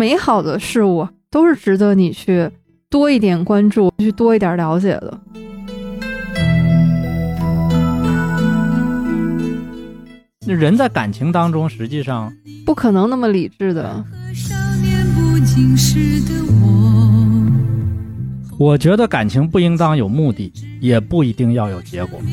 美好的事物都是值得你去多一点关注，去多一点了解的。 人在感情当中实际上不可能那么理智的。 我觉得感情不应当有目的，也不一定要有结果。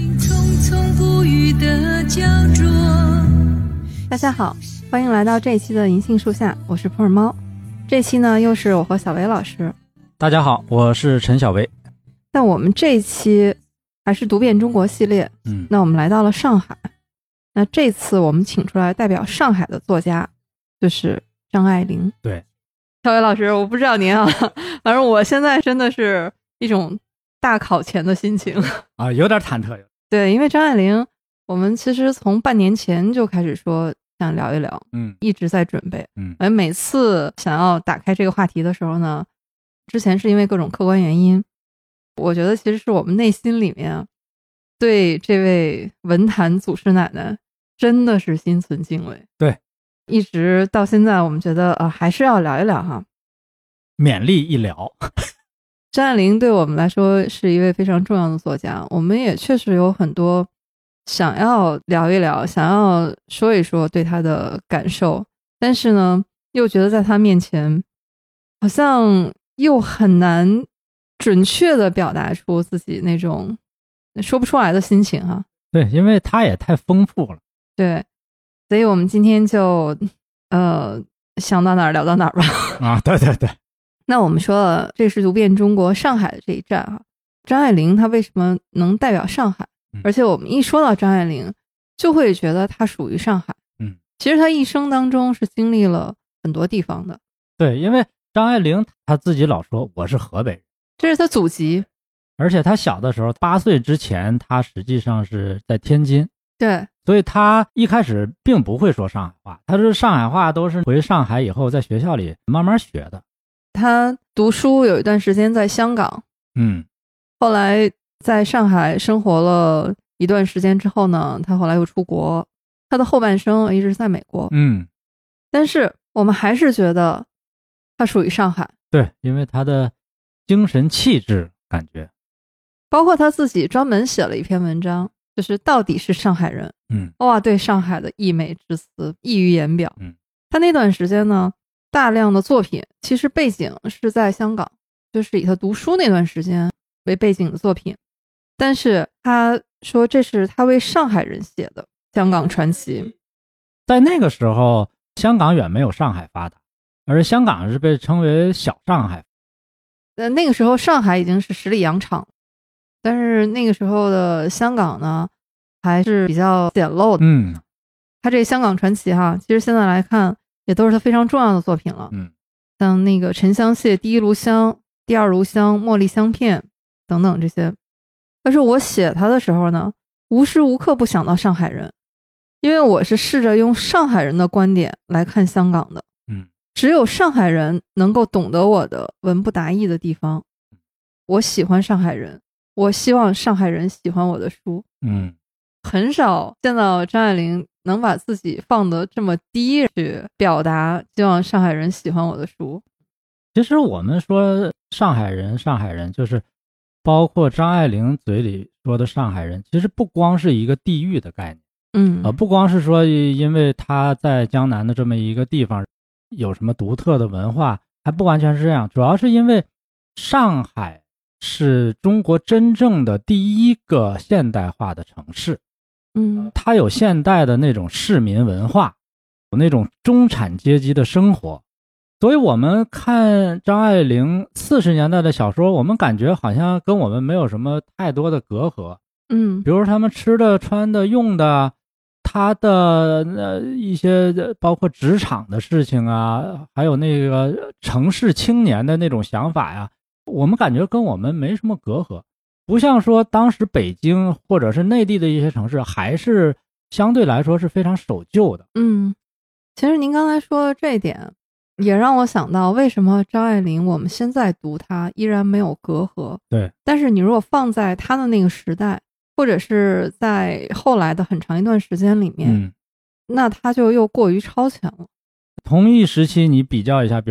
大家好，欢迎来到这一期的银杏树下，我是普洱猫。这期呢又是我和小维老师。 大家好，我是陈小维。 但我们这一期还是读遍中国系列，那我们来到了上海。那这次我们请出来代表上海的作家，就是张爱玲。 对， 小维老师，我不知道您啊，反正我现在真的是一种大考前的心情啊，有点忐忑。 对，因为张爱玲，我们其实从半年前就开始说想聊一聊，一直在准备，每次想要打开这个话题的时候呢，之前是因为各种客观原因，我觉得其实是我们内心里面对这位文坛祖师奶奶真的是心存敬畏。 对， 一直到现在我们觉得还是要聊一聊哈， 勉励一聊。 张爱玲对我们来说是一位非常重要的作家，我们也确实有很多想要聊一聊，想要说一说对她的感受，但是呢又觉得在她面前好像又很难准确的表达出自己那种说不出来的心情哈。 对，因为她也太丰富了。 对，所以我们今天就想到哪儿聊到哪儿吧。 啊，对对对。 那我们说了，这是读遍中国上海的这一站啊。张爱玲她为什么能代表上海？而且我们一说到张爱玲，就会觉得她属于上海。其实她一生当中是经历了很多地方的。 对，因为张爱玲她自己老说我是河北人， 这是她祖籍。 而且她小的时候8岁之前，她实际上是在天津。 对， 所以她一开始并不会说上海话，她说上海话都是回上海以后在学校里慢慢学的。 她读书有一段时间在香港，后来在上海生活了一段时间之后呢，她后来又出国，她的后半生一直在美国。但是我们还是觉得她属于上海。 对，因为她的精神气质感觉， 包括她自己专门写了一篇文章，就是到底是上海人。哇，对上海的溢美之词溢于言表。她那段时间呢，大量的作品其实背景是在香港，就是以她读书那段时间为背景的作品，但是她说这是她为上海人写的香港传奇。 在那个时候香港远没有上海发达，而香港是被称为小上海。 那个时候上海已经是十里洋场，但是那个时候的香港呢还是比较简陋的。他这香港传奇哈，其实现在来看也都是他非常重要的作品了。像那个沉香屑第一炉香、第二炉香、茉莉香片等等这些。但是我写他的时候呢，无时无刻不想到上海人，因为我是试着用上海人的观点来看香港的。只有上海人能够懂得我的文不达意的地方。我喜欢上海人，我希望上海人喜欢我的书。很少见到张爱玲能把自己放得这么低去表达希望上海人喜欢我的书。 其实我们说上海人就是包括张爱玲嘴里说的上海人，其实不光是一个地域的概念。不光是说因为他在江南的这么一个地方有什么独特的文化，还不完全是这样，主要是因为上海是中国真正的第一个现代化的城市。它有现代的那种市民文化，有那种中产阶级的生活。所以我们看张爱玲40年代的小说，我们感觉好像跟我们没有什么太多的隔阂。比如说他们吃的穿的用的，他的一些包括职场的事情啊，还有那个城市青年的那种想法呀，我们感觉跟我们没什么隔阂。不像说当时北京或者是内地的一些城市还是相对来说是非常守旧的。 其实您刚才说这一点也让我想到为什么张爱玲我们现在读她依然没有隔阂。 对， 但是你如果放在她的那个时代，或者是在后来的很长一段时间里面，那她就又过于超前了。 同一时期你比较一下，比如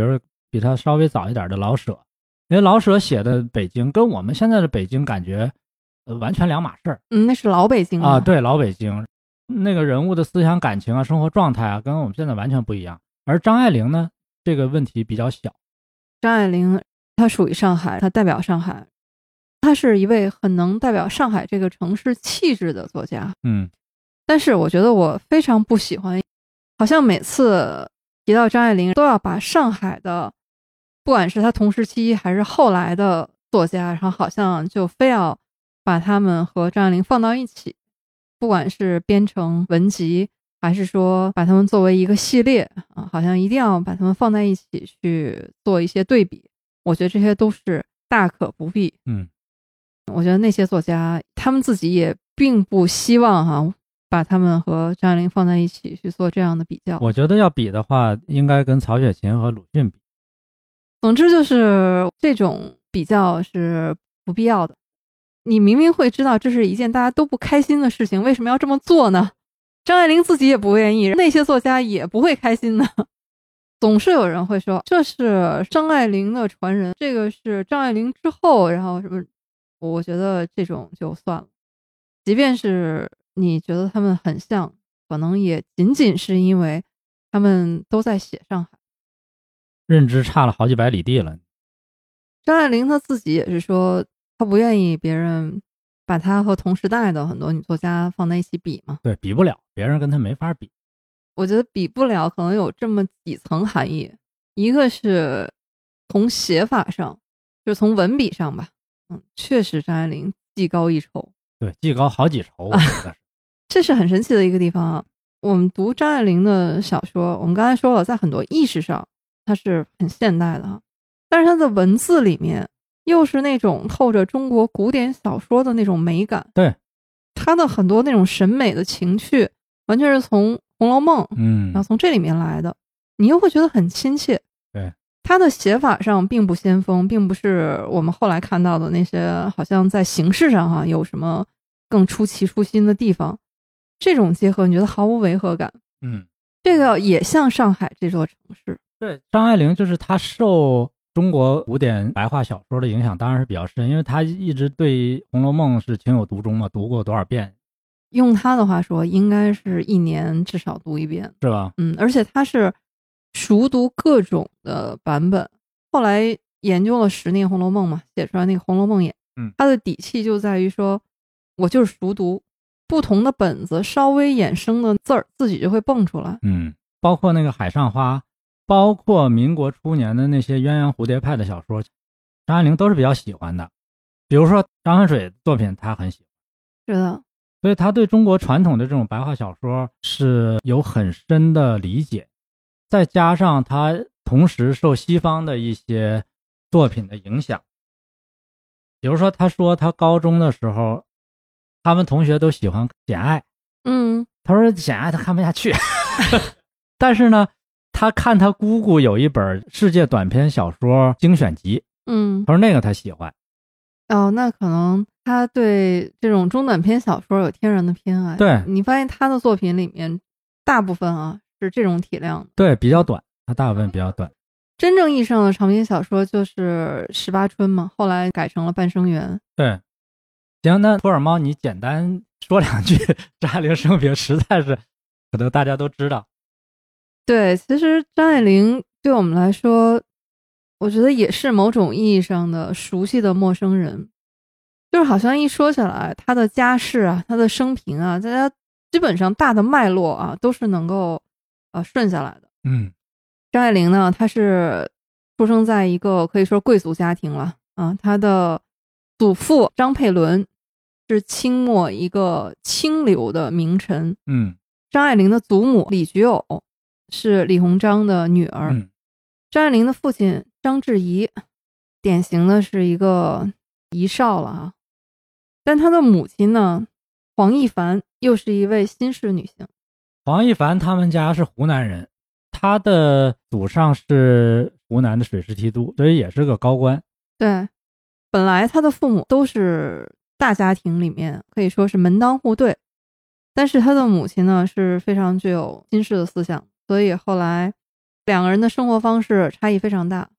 比他稍微早一点的老舍，因为老舍写的北京跟我们现在的北京感觉完全两码事儿。 那是老北京啊，对，老北京那个人物的思想感情啊，生活状态啊，跟我们现在完全不一样。而张爱玲呢，这个问题比较小。 张爱玲她属于上海，她代表上海，她是一位很能代表上海这个城市气质的作家。但是我觉得我非常不喜欢，好像每次提到张爱玲都要把上海的，不管是她同时期还是后来的作家，然后好像就非要把他们和张爱玲放到一起，不管是编成文集，还是说把他们作为一个系列啊，好像一定要把他们放在一起去做一些对比。我觉得这些都是大可不必。我觉得那些作家他们自己也并不希望把他们和张爱玲放在一起去做这样的比较。 我觉得要比的话，应该跟曹雪芹和鲁迅比。 总之就是这种比较是不必要的。你明明会知道这是一件大家都不开心的事情，为什么要这么做呢？张爱玲自己也不愿意，那些作家也不会开心的。总是有人会说这是张爱玲的传人，这个是张爱玲之后然后什么，我觉得这种就算了。即便是你觉得他们很像，可能也仅仅是因为他们都在写上海， 认知差了好几百里地了。 张爱玲她自己也是说，她不愿意别人把她和同时代的很多女作家放在一起比嘛。 对，比不了，别人跟她没法比。 我觉得比不了可能有这么几层含义，一个是从写法上，就从文笔上吧，确实张爱玲技高一筹。 对，技高好几筹，我觉得这是很神奇的一个地方啊。我们读张爱玲的小说，我们刚才说了，在很多意识上它是很现代的，但是它的文字里面又是那种透着中国古典小说的那种美感。 对， 它的很多那种审美的情趣完全是从《红楼梦》然后从这里面来的，你又会觉得很亲切。 对， 它的写法上并不先锋，并不是我们后来看到的那些好像在形式上有什么更出奇出新的地方，这种结合你觉得毫无违和感。这个也像上海这座城市。 对，张爱玲就是她受中国古典白话小说的影响当然是比较深，因为她一直对《红楼梦》是情有独钟嘛，读过多少遍。 用他的话说，应该是一年至少读一遍， 是吧？ 而且他是熟读各种的版本，后来研究了10年《红楼梦》嘛，写出来那个《红楼梦》他的底气就在于说，我就是熟读不同的本子，稍微衍生的字儿自己就会蹦出来。 包括那个海上花，包括民国初年的那些鸳鸯蝴蝶派的小说，张爱玲都是比较喜欢的。比如说张恨水的作品她很喜欢。 是的， 所以他对中国传统的这种白话小说是有很深的理解，再加上他同时受西方的一些作品的影响。比如说他说他高中的时候他们同学都喜欢简爱，他说简爱他看不下去但是呢他看他姑姑有一本世界短篇小说精选集，他说那个他喜欢。 那可能他对这种中短篇小说有天然的偏爱。 对， 你发现他的作品里面大部分是这种体量的。 对，比较短，他大部分比较短。 真正意义上的长篇小说就是《十八春》嘛，后来改成了《半生缘》。 对，行，那托尔猫你简单说两句张爱玲生平，实在是可能大家都知道。 对，其实张爱玲对我们来说，我觉得也是某种意义上的熟悉的陌生人，就是好像一说起来她的家世她的生平大家基本上大的脉络都是能够顺下来的。张爱玲呢，她是出生在一个可以说贵族家庭了她的祖父张佩伦是清末一个清流的名臣。张爱玲的祖母李菊藕是李鸿章的女儿。张爱玲的父亲张志怡典型的是一个遗少了但她的母亲呢，黄亦凡又是一位新式女性。 黄亦凡他们家是湖南人，他的祖上是湖南的水师提督，所以也是个高官。 对，本来他的父母都是大家庭里面可以说是门当户对，但是他的母亲呢是非常具有新式的思想，所以后来两个人的生活方式差异非常大。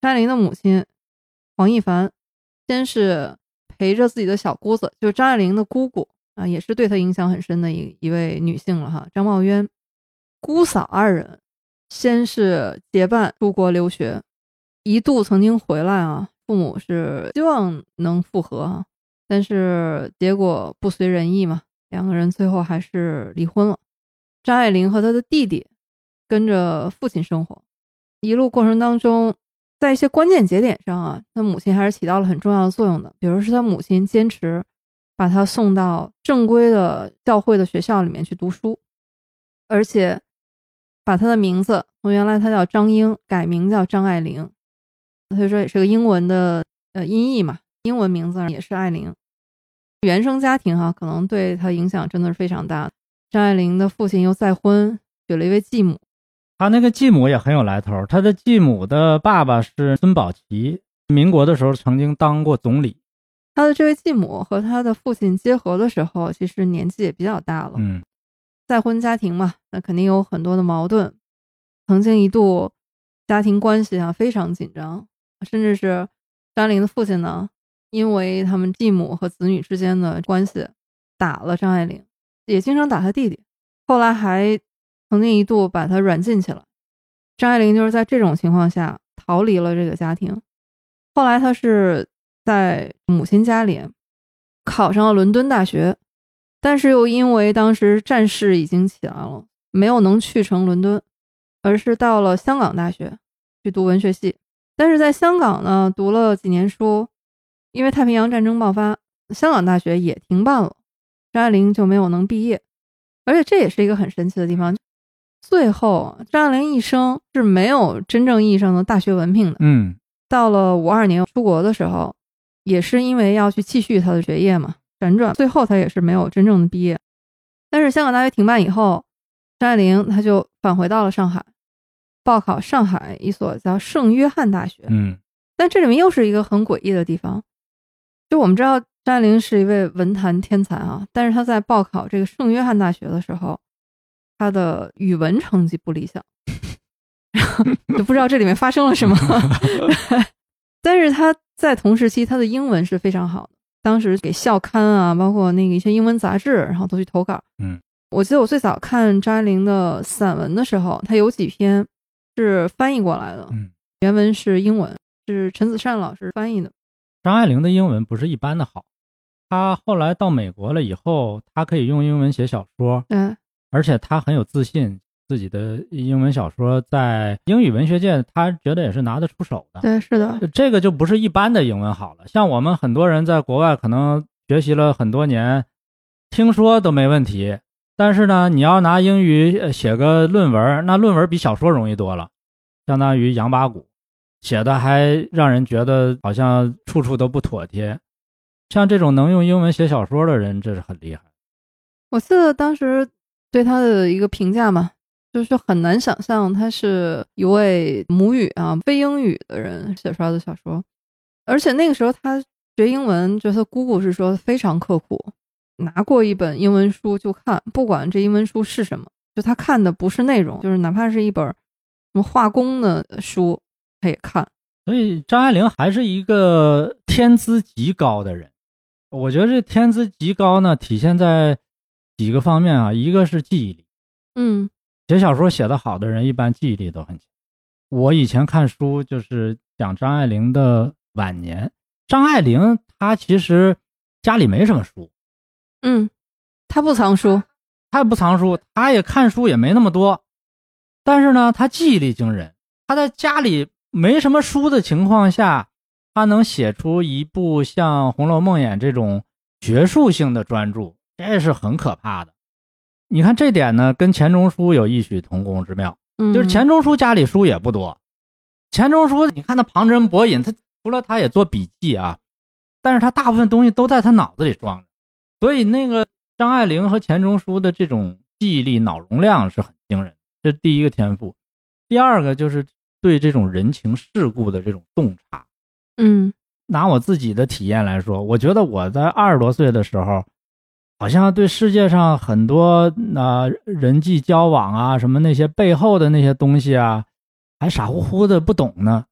张爱玲的母亲黄亦凡先是陪着自己的小姑子，就是张爱玲的姑姑啊，也是对她影响很深的一位女性了哈，张茂渊，姑嫂二人先是结伴出国留学，一度曾经回来啊，父母是希望能复合啊，但是结果不随人意嘛，两个人最后还是离婚了。张爱玲和她的弟弟跟着父亲生活，一路过程当中，在一些关键节点上啊，她母亲还是起到了很重要的作用的。比如是她母亲坚持把她送到正规的教会的学校里面去读书，而且把她的名字从原来她叫张英改名叫张爱玲，所以说也是个英文的音译嘛，英文名字也是爱玲。原生家庭可能对她影响真的是非常大的。张爱玲的父亲又再婚，娶了一位继母。 他那个继母也很有来头，他的继母的爸爸是孙宝琦，民国的时候曾经当过总理。 他的这位继母和他的父亲结合的时候，其实年纪也比较大了。再婚家庭嘛，那肯定有很多的矛盾。曾经一度家庭关系非常紧张，甚至是张爱玲的父亲呢，因为他们继母和子女之间的关系打了张爱玲，也经常打他弟弟，后来还曾经一度把他软禁起来。张爱玲就是在这种情况下逃离了这个家庭。后来他是在母亲家里考上了伦敦大学，但是又因为当时战事已经起来了，没有能去成伦敦，而是到了香港大学去读文学系。但是在香港呢读了几年书，因为太平洋战争爆发，香港大学也停办了，张爱玲就没有能毕业。而且这也是一个很神奇的地方，最后张爱玲一生是没有真正意义上的大学文凭的。到了52年出国的时候，也是因为要去继续她的学业嘛，辗转最后她也是没有真正的毕业。但是香港大学停办以后，张爱玲她就返回到了上海，报考上海一所叫圣约翰大学。但这里面又是一个很诡异的地方，就我们知道张爱玲是一位文坛天才但是她在报考这个圣约翰大学的时候，她的语文成绩不理想，就不知道这里面发生了什么。但是她在同时期她的英文是非常好的，当时给校刊包括那个一些英文杂志然后都去投稿。我记得我最早看张爱玲的散文的时候，她有几篇是翻译过来的，原文是英文，是陈子善老师翻译的。 张爱玲的英文不是一般的好，她后来到美国了以后，她可以用英文写小说，而且她很有自信，自己的英文小说在英语文学界她觉得也是拿得出手的。 对，是的， 这个就不是一般的英文好了。像我们很多人在国外可能学习了很多年，听说都没问题，但是呢，你要拿英语写个论文，那论文比小说容易多了，相当于杨八股，写的还让人觉得好像处处都不妥帖。像这种能用英文写小说的人，这是很厉害。 我记得当时对他的一个评价嘛，就是很难想象他是一位母语非英语的人写出来的小说。而且那个时候他学英文，就他姑姑是说非常刻苦，拿过一本英文书就看，不管这英文书是什么，就他看的不是内容，就是哪怕是一本什么化工的书他也看。 所以张爱玲还是一个天资极高的人。我觉得这天资极高呢，体现在几个方面一个是记忆力。写小说写得好的人一般记忆力都很强。我以前看书就是讲张爱玲的晚年，张爱玲她其实家里没什么书， 她不藏书， 她也看书也没那么多，但是呢她记忆力惊人，她在家里没什么书的情况下，她能写出一部像《红楼梦魇》这种学术性的专著，这是很可怕的。你看这点呢，跟钱钟书有异曲同工之妙。就是钱钟书家里书也不多，钱钟书你看他旁征博引，他除了他也做笔记但是他大部分东西都在他脑子里装着。所以那个张爱玲和钱钟书的这种记忆力脑容量是很惊人，这是第一个天赋。第二个就是对这种人情世故的这种洞察。拿我自己的体验来说，我觉得我在20多岁的时候，好像对世界上很多人际交往什么那些背后的那些东西还傻乎乎的不懂呢。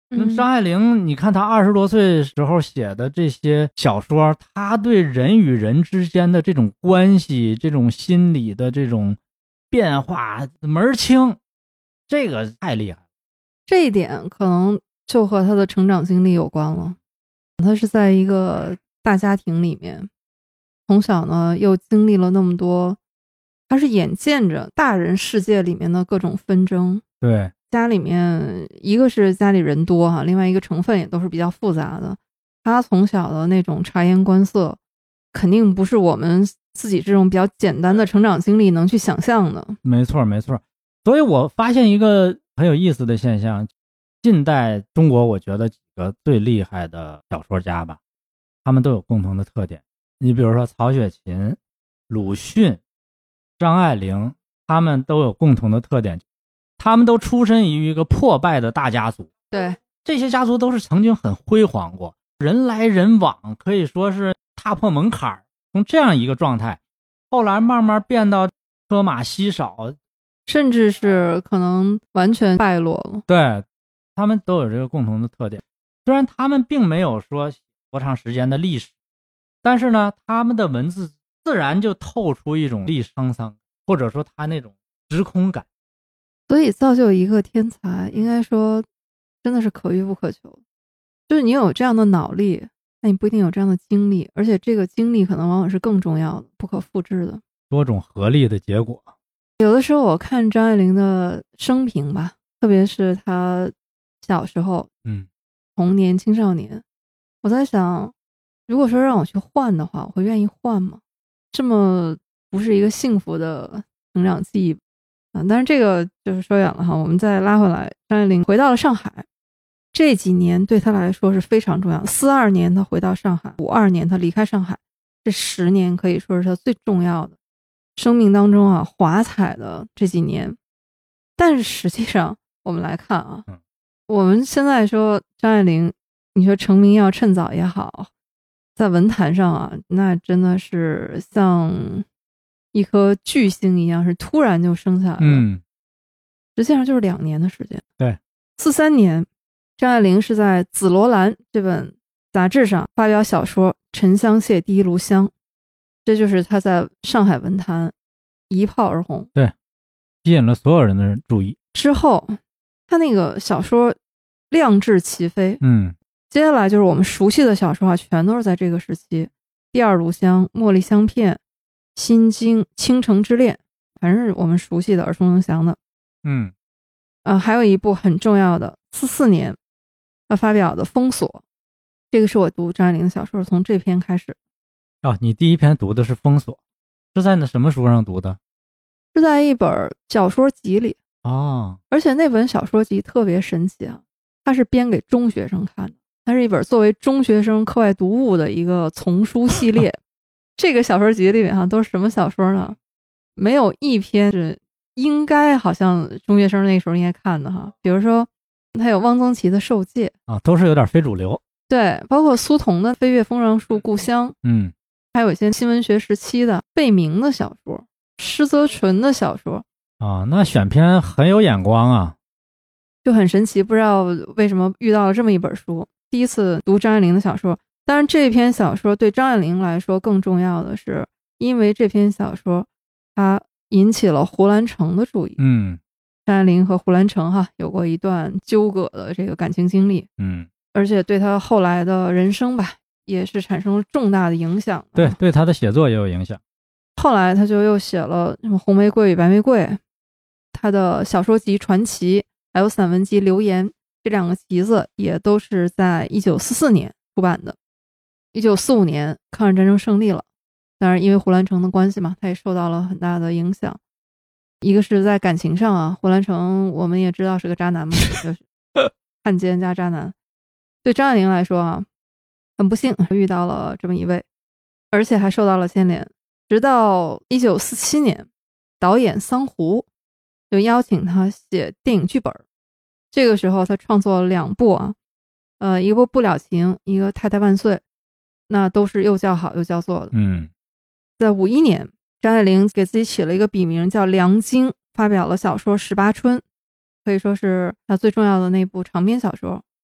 那张爱玲，你看她20多岁时候写的这些小说，她对人与人之间的这种关系、这种心理的这种变化门儿清，这个太厉害了。 这一点可能就和她的成长经历有关了。她是在一个大家庭里面，从小呢又经历了那么多，她是眼见着大人世界里面的各种纷争。 对。 家里面一个是家里人多哈，另外一个成分也都是比较复杂的。他从小的那种察言观色，肯定不是我们自己这种比较简单的成长经历能去想象的。 没错没错。所以我发现一个很有意思的现象，近代中国我觉得几个最厉害的小说家吧，他们都有共同的特点。你比如说曹雪芹、鲁迅、张爱玲，他们都有共同的特点，他们都出身于一个破败的大家族。 对， 这些家族都是曾经很辉煌过，人来人往，可以说是踏破门槛，从这样一个状态，后来慢慢变到车马稀少， 甚至是可能完全败落了。 对，他们都有这个共同的特点。虽然他们并没有说多长时间的历史，但是呢，他们的文字自然就透出一种历史沧桑，或者说他那种时空感。 所以造就一个天才，应该说真的是可遇不可求。就是你有这样的脑力，那你不一定有这样的经历，而且这个经历可能往往是更重要的、不可复制的多种合力的结果。 有的时候我看张爱玲的生平吧，特别是她小时候，童年、青少年，我在想，如果说让我去换的话，我会愿意换吗？这么不是一个幸福的成长记忆但是这个就是说远了哈，我们再拉回来，张爱玲回到了上海，这几年对她来说是非常重要。42年她回到上海，52年她离开上海，这10年可以说是她最重要的生命当中华彩的这几年。但是实际上我们来看我们现在说张爱玲，你说成名要趁早也好，在文坛上那真的是像一颗巨星一样，是突然就升起来了。实际上就是2年的时间。 对 ，43年，张爱玲是在《紫罗兰》这本杂志上发表小说《沉香屑第一炉香》，这就是她在上海文坛一炮而红。 对，吸引了所有人的注意。 之后，她那个小说量质齐飞。接下来就是我们熟悉的小说全都是在这个时期，《第二炉香》、《茉莉香片》、《心经》、《倾城之恋》，反正是我们熟悉的、耳熟能详的。还有一部很重要的，44年他发表的《封锁》，这个是我读张爱玲的小说从这篇开始。 你第一篇读的是《封锁》，是在那什么书上读的？ 是在一本小说集里。而且那本小说集特别神奇它是编给中学生看的，它是一本作为中学生课外读物的一个丛书系列。这个小说集里面都是什么小说呢？没有一篇是应该好像中学生那时候应该看的比如说它有汪曾祺的《受戒》 都是有点非主流。 对，包括苏童的《飞越枫杨树故乡》，还有一些新文学时期的贝明的小说，施泽纯的小说那选篇很有眼光就很神奇，不知道为什么遇到了这么一本书。第一次读张爱玲的小说，当然这篇小说对张爱玲来说更重要的是，因为这篇小说它引起了胡兰成的注意。张爱玲和胡兰成有过一段纠葛的这个感情经历。而且对他后来的人生吧，也是产生了重大的影响。 对他的写作也有影响。 后来他就又写了什么《红玫瑰与白玫瑰》，他的小说集《传奇》还有散文集《流言》，这2个集子也都是在1944年出版的。1945年抗日战争胜利了，当然因为胡兰成的关系嘛，他也受到了很大的影响。一个是在感情上胡兰成我们也知道是个渣男嘛，就是汉奸加渣男。对张爱玲来说很不幸遇到了这么一位，而且还受到了牵连。直到1947年，导演桑胡就邀请他写电影剧本。这个时候他创作了2部一部《不了情》，一个《太太万岁》，那都是又叫好又叫座的。在51年，张爱玲给自己起了一个笔名叫梁晶，发表了小说《18春》，可以说是她最重要的那部长篇小说。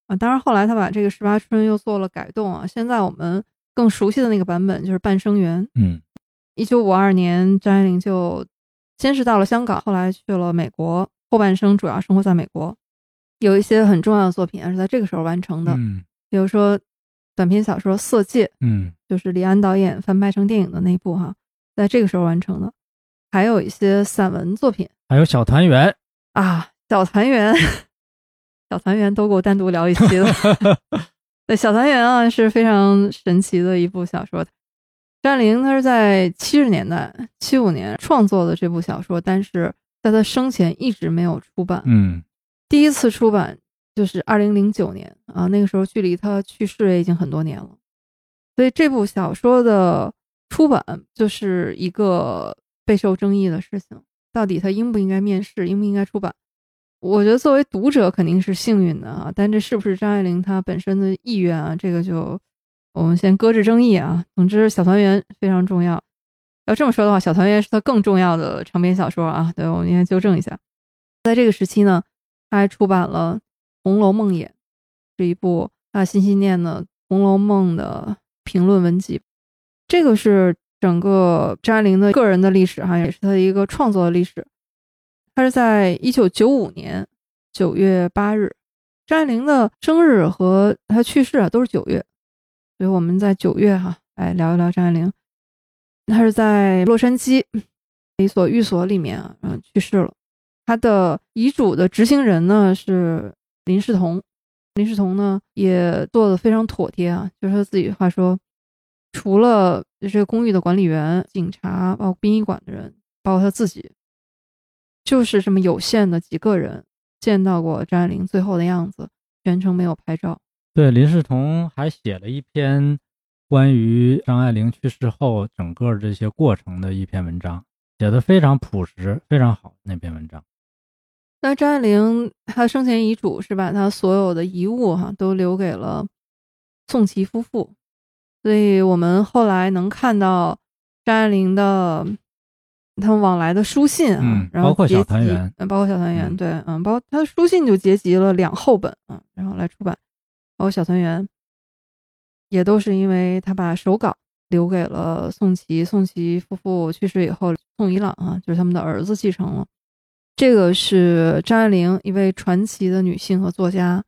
啊。当然后来他把这个《十八春》又做了改动啊，现在我们更熟悉的那个版本就是《半生缘》。1952年张爱玲就先是到了香港，后来去了美国，后半生主要生活在美国。有一些很重要的作品是在这个时候完成的，比如说短篇小说《色戒》，就是李安导演翻拍成电影的那一部哈，在这个时候完成的。还有一些散文作品， 还有《小团圆》 啊，《小团圆》小团圆都给我单独聊一期了。对，《小团圆》啊是非常神奇的一部小说。张爱玲她是在70年代75年创作的这部小说，但是在她生前一直没有出版。第一次出版就是2009年啊，那个时候距离她去世也已经很多年了。所以这部小说的出版就是一个备受争议的事情，到底它应不应该面世，应不应该出版。我觉得作为读者肯定是幸运的啊，但这是不是张爱玲她本身的意愿啊，这个就我们先搁置争议啊。总之《小团圆》非常重要，要这么说的话，《小团圆》是她更重要的长篇小说啊。对，我们应该纠正一下。在这个时期呢，她还出版了《红楼梦演》，是一部她心心念的《红楼梦》的评论文集。这个是整个张爱玲的个人的历史哈，也是她的一个创作的历史。她是在1995年9月8日，张爱玲的生日和她去世啊都是9月，所以我们在9月哈来聊一聊张爱玲。她是在洛杉矶一所寓所里面啊去世了。她的遗嘱的执行人呢是林世同，林世同呢也做得非常妥帖啊，就是他自己话说，除了这个公寓的管理员、警察，包括殡仪馆的人，包括他自己，就是这么有限的几个人见到过张爱玲最后的样子，全程没有拍照。 对，林世同还写了一篇关于张爱玲去世后整个这些过程的一篇文章，写得非常朴实，非常好，那篇文章。 那张爱玲她生前遗嘱是把她所有的遗物都留给了宋琦夫妇，所以我们后来能看到张爱玲的他们往来的书信啊，然后包括小团圆， 包括小团圆，对，包括他的书信就结集了2厚本啊，然后来出版，包括小团圆，也都是因为他把手稿留给了宋琦，宋琦夫妇去世以后，宋怡朗啊，就是他们的儿子继承了。这个是张爱玲一位传奇的女性和作家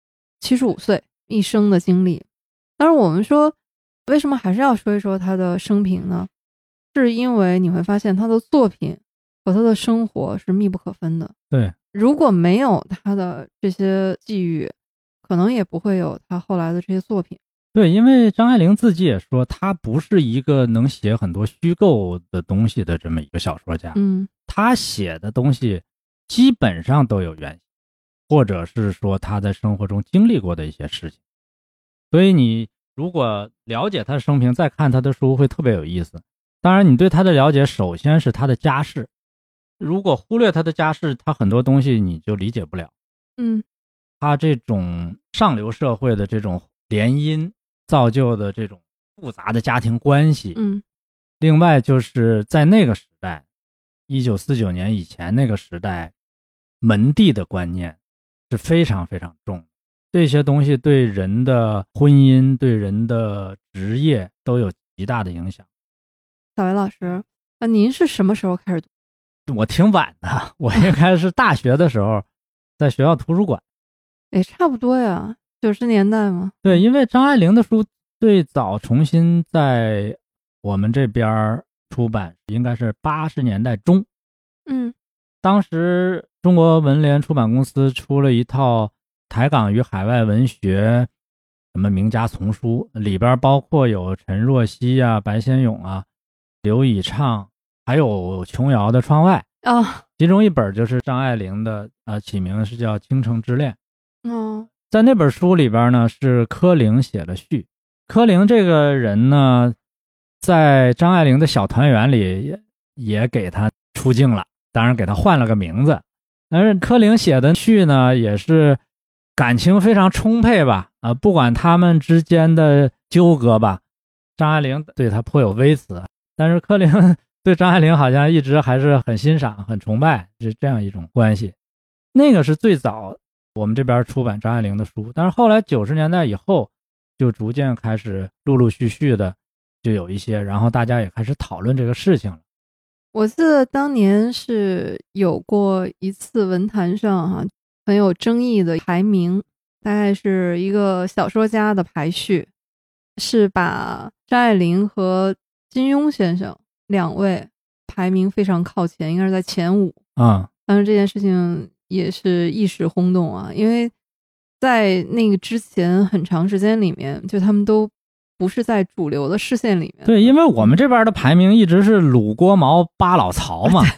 ，75岁一生的经历。当然我们说为什么还是要说一说她的生平呢？是因为你会发现她的作品和她的生活是密不可分的。 对， 如果没有她的这些际遇，可能也不会有她后来的这些作品。 对，因为张爱玲自己也说，她不是一个能写很多虚构的东西的这么一个小说家。她写的东西基本上都有原型，或者是说她在生活中经历过的一些事情。所以你如果了解她的生平，再看她的书会特别有意思。当然你对她的了解首先是她的家世，如果忽略她的家世，她很多东西你就理解不了。她这种上流社会的这种联姻造就的这种复杂的家庭关系，另外就是在那个时代1949年以前那个时代，门第的观念是非常非常重，这些东西对人的婚姻对人的职业都有极大的影响。 小维老师，您是什么时候开始读？ 我挺晚的，我应该是大学的时候在学校图书馆。 也差不多呀，90年代嘛。 对，因为张爱玲的书最早重新在我们这边出版应该是80年代中。当时中国文联出版公司出了一套台港与海外文学什么名家丛书，里边包括有陈若曦啊、白先勇啊、刘以畅，还有琼瑶的《窗外》其中一本就是张爱玲的起名是叫《倾城之恋》。在那本书里边呢，是柯玲写了序。柯玲这个人呢，在张爱玲的小团圆里也给他出镜了，当然给他换了个名字。但是柯玲写的序呢，也是感情非常充沛吧，不管他们之间的纠葛吧，张爱玲对他颇有微词，但是柯玲对张爱玲好像一直还是很欣赏、很崇拜，是这样一种关系。那个是最早我们这边出版张爱玲的书，但是后来90年代以后就逐渐开始陆陆续续的就有一些，然后大家也开始讨论这个事情了。 我记得当年是有过一次文坛上很有争议的排名，大概是一个小说家的排序，是把张爱玲和金庸先生2位排名非常靠前，应该是在前5 啊。 当时这件事情也是一时轰动啊，因为在那个之前很长时间里面，就他们都不是在主流的视线里面。 对，因为我们这边的排名一直是鲁郭毛巴老曹嘛。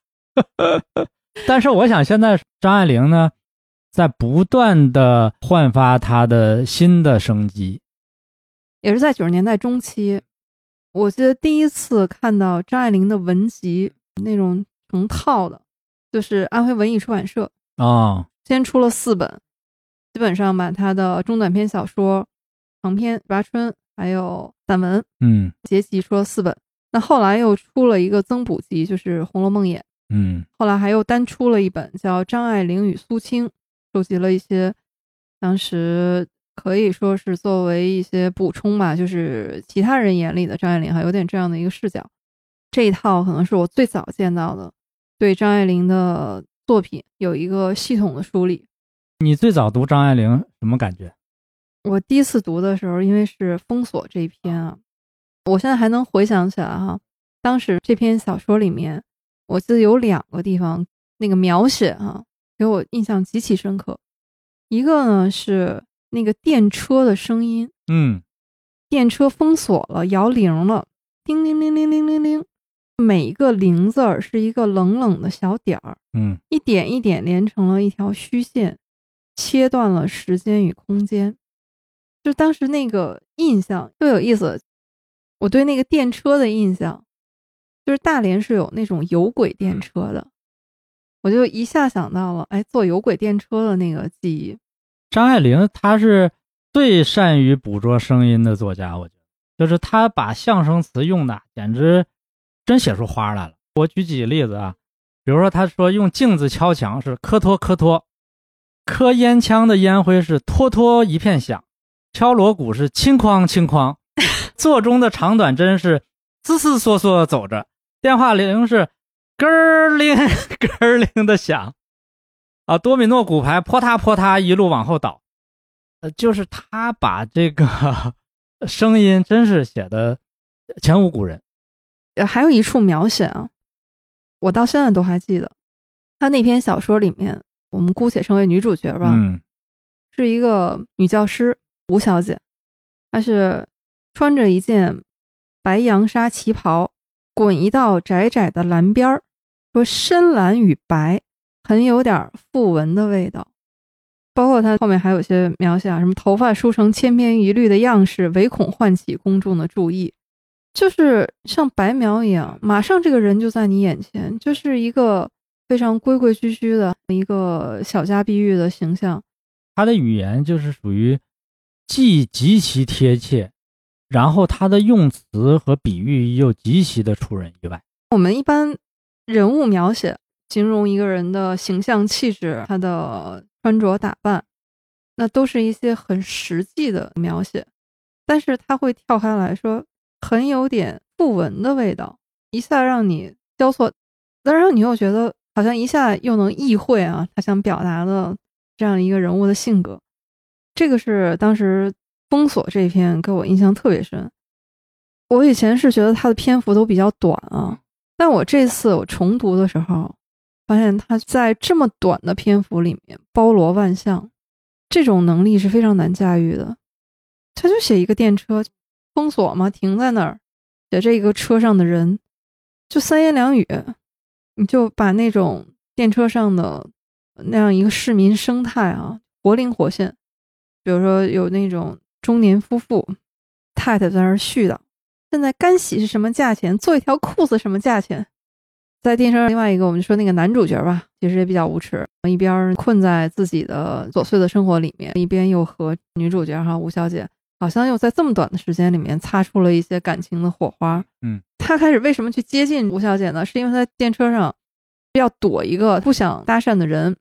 但是我想现在张爱玲呢，在不断的焕发她的新的生机。 也是在90年代中期，我记得第一次看到张爱玲的文集那种成套的，就是安徽文艺出版社先出了4本，基本上把她的中短篇小说、长篇《十八春》还有散文结集出了4本。那后来又出了一个增补集，就是《红楼梦魇》。后来还又单出了一本叫《张爱玲与苏青》，收集了一些当时可以说是作为一些补充吧，就是其他人眼里的张爱玲有点这样的一个视角。这一套可能是我最早见到的对张爱玲的作品有一个系统的梳理。 你最早读张爱玲什么感觉？ 我第一次读的时候，因为是封锁这一篇啊，我现在还能回想起来当时这篇小说里面，我记得有2个地方那个描写给我印象极其深刻。一个呢是那个电车的声音，电车封锁了，摇铃了，叮铃铃铃铃铃铃，每一个铃字儿是一个冷冷的小点儿，一点一点连成了一条虚线，切断了时间与空间。就当时那个印象特有意思，我对那个电车的印象，就是大连是有那种有轨电车的，我就一下想到了坐有轨电车的那个记忆。 张爱玲她是最善于捕捉声音的作家，我觉得就是她把象声词用的简直真写出花来了。我举几个例子啊，比如说她说用镜子敲墙是磕托磕托，磕烟枪的烟灰是托托一片响，敲锣鼓是轻哐轻哐，座中的长短针是嘶嘶嗦嗦走着，电话铃是咯儿铃咯儿铃的响多米诺骨牌泼嗒泼嗒一路往后倒。就是他把这个声音真是写的前无古人。 还有一处描写我到现在都还记得，他那篇小说里面，我们姑且称为女主角吧，是一个女教师吴小姐，她是穿着一件白洋纱旗袍，滚一道窄窄的蓝边儿，说深蓝与白很有点赋文的味道。包括她后面还有些描写什么头发梳成千篇一律的样式，唯恐唤起公众的注意，就是像白描一样，马上这个人就在你眼前，就是一个非常规规矩矩的一个小家碧玉的形象。 他的语言就是属于既极其贴切，然后他的用词和比喻又极其的出人意外。 我们一般人物描写形容一个人的形象气质，他的穿着打扮，那都是一些很实际的描写，但是他会跳开来说很有点赋文的味道，一下让你交错，但是你又觉得好像一下又能意会他想表达的这样一个人物的性格。这个是当时封锁这一篇给我印象特别深。我以前是觉得他的篇幅都比较短但我这次我重读的时候发现他在这么短的篇幅里面包罗万象，这种能力是非常难驾驭的。他就写一个电车封锁嘛，停在那儿，写这个车上的人，就3言2语，你就把那种电车上的那样一个市民生态活灵活现。比如说有那种中年夫妇，太太在那儿絮叨，现在干洗是什么价钱，做一条裤子什么价钱。在电车上另外一个我们说那个男主角吧，其实也比较无耻，一边困在自己的琐碎的生活里面，一边又和女主角吴小姐好像又在这么短的时间里面擦出了一些感情的火花。他开始为什么去接近吴小姐呢？是因为他在电车上要躲一个不想搭讪的人，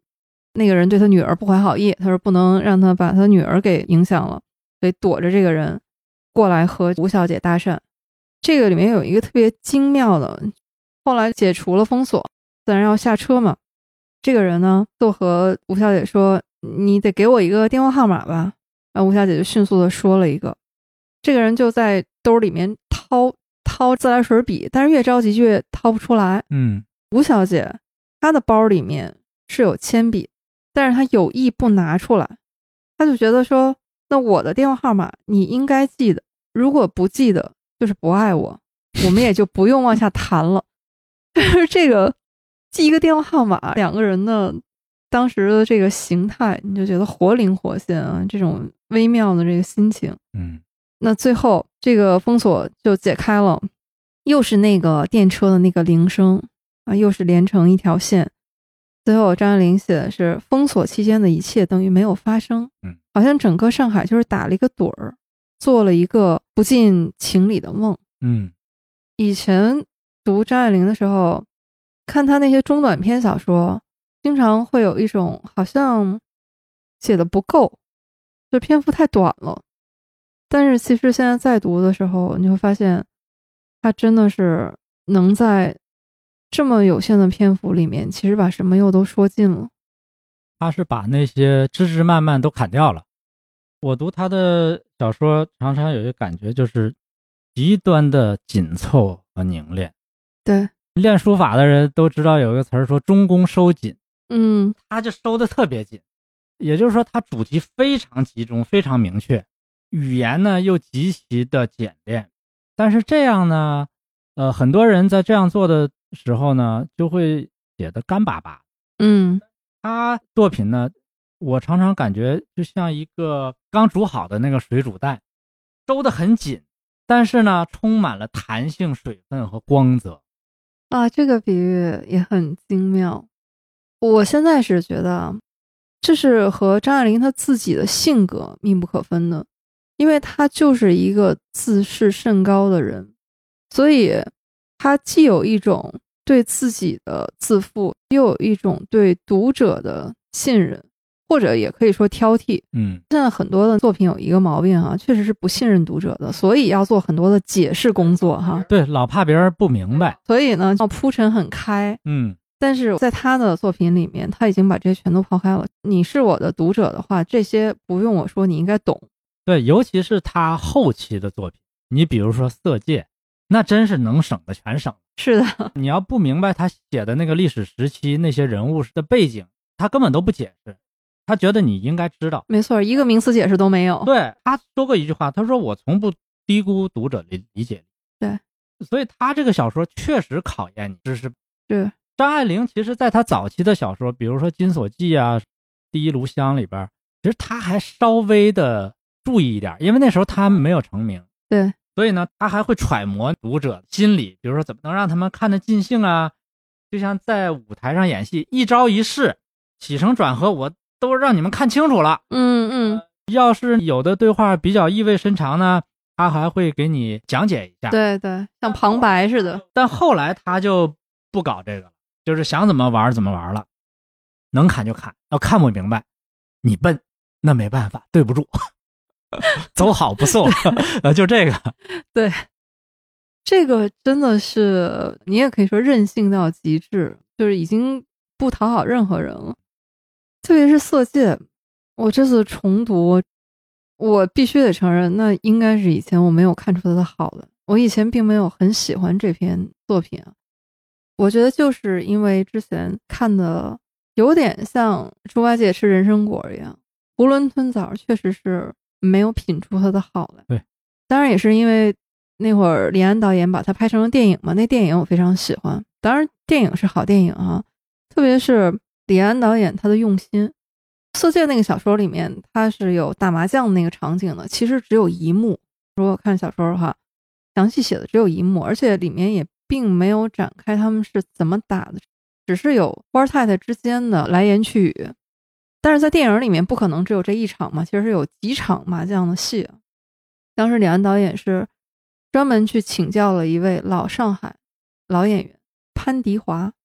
那个人对他女儿不怀好意，他说不能让他把他女儿给影响了，所以躲着这个人过来和吴小姐搭讪。这个里面有一个特别精妙的，后来解除了封锁，自然要下车嘛。这个人呢就和吴小姐说，你得给我一个电话号码吧。然后吴小姐就迅速的说了一个，这个人就在兜里面掏自来水笔，但是越着急就越掏不出来。吴小姐她的包里面是有铅笔，但是她有意不拿出来，她就觉得说，那我的电话号码你应该记得，如果不记得就是不爱我，我们也就不用往下谈了。就是这个记一个电话号码，两个人的当时的这个形态，你就觉得活灵活现啊，这种微妙的这个心情。那最后这个封锁就解开了，又是那个电车的那个铃声啊，又是连成一条线。最后张爱玲写的是封锁期间的一切等于没有发生，好像整个上海就是打了一个盹儿，做了一个不近情理的梦。以前读张爱玲的时候，看她那些中短篇小说，经常会有一种好像写的不够，就篇幅太短了。但是其实现在再读的时候，你会发现她真的是能在这么有限的篇幅里面，其实把什么又都说尽了。 他是把那些枝枝蔓蔓都砍掉了。我读他的小说常常有一个感觉，就是极端的紧凑和凝练。 对， 练书法的人都知道有一个词儿说中宫收紧，他就收的特别紧，也就是说他主题非常集中，非常明确，语言呢又极其的简练。但是这样呢很多人在这样做的时候呢就会写得干巴巴。他作品呢我常常感觉就像一个刚煮好的那个水煮蛋，收得很紧，但是呢充满了弹性、水分和光泽啊，这个比喻也很精妙。我现在是觉得这是和张爱玲她自己的性格密不可分的，因为她就是一个自视甚高的人，所以她既有一种对自己的自负，又有一种对读者的信任，或者也可以说挑剔。现在很多的作品有一个毛病啊，确实是不信任读者的，所以要做很多的解释工作哈。 对，老怕别人不明白， 所以呢要铺陈很开。但是在他的作品里面，他已经把这些全都抛开了。你是我的读者的话，这些不用我说，你应该懂。 对，尤其是他后期的作品，你比如说《色戒》，那真是能省的全省。 是的， 你要不明白他写的那个历史时期那些人物的背景，他根本都不解释，他觉得你应该知道。 没错，一个名词解释都没有。 对，他说过一句话，他说我从不低估读者的理解力。 对， 所以他这个小说确实考验你知识。 是张爱玲其实在她早期的小说，比如说《金锁记》啊，《第一炉香》里边，其实她还稍微的注意一点，因为那时候她没有成名。 对， 所以呢她还会揣摩读者心理，比如说怎么能让他们看得尽兴啊，就像在舞台上演戏，一招一式起承转合我都让你们看清楚了。要是有的对话比较意味深长呢，他还会给你讲解一下。 对对，像旁白似的。 但后来他就不搞这个了，就是想怎么玩怎么玩了，能看就看，要看不明白你笨，那没办法，对不住，走好不送。就这个。 对，这个真的是你也可以说任性到极致，就是已经不讨好任何人了。特别是《色戒》，我这次重读，我必须得承认，那应该是以前我没有看出它的好的。我以前并没有很喜欢这篇作品啊，我觉得就是因为之前看的有点像猪八戒吃人参果一样，囫囵吞枣，确实是没有品出它的好来。 对， 当然也是因为那会儿李安导演把它拍成了电影嘛，那电影我非常喜欢。当然电影是好电影啊，特别是李安导演他的用心。色戒那个小说里面，它是有打麻将的那个场景的，其实只有一幕。如果看小说的话，详细写的只有一幕，而且里面也并没有展开他们是怎么打的，只是有官太太之间的来言去语。但是在电影里面不可能只有这一场嘛，其实是有几场麻将的戏。当时李安导演是专门去请教了一位老上海老演员潘迪华，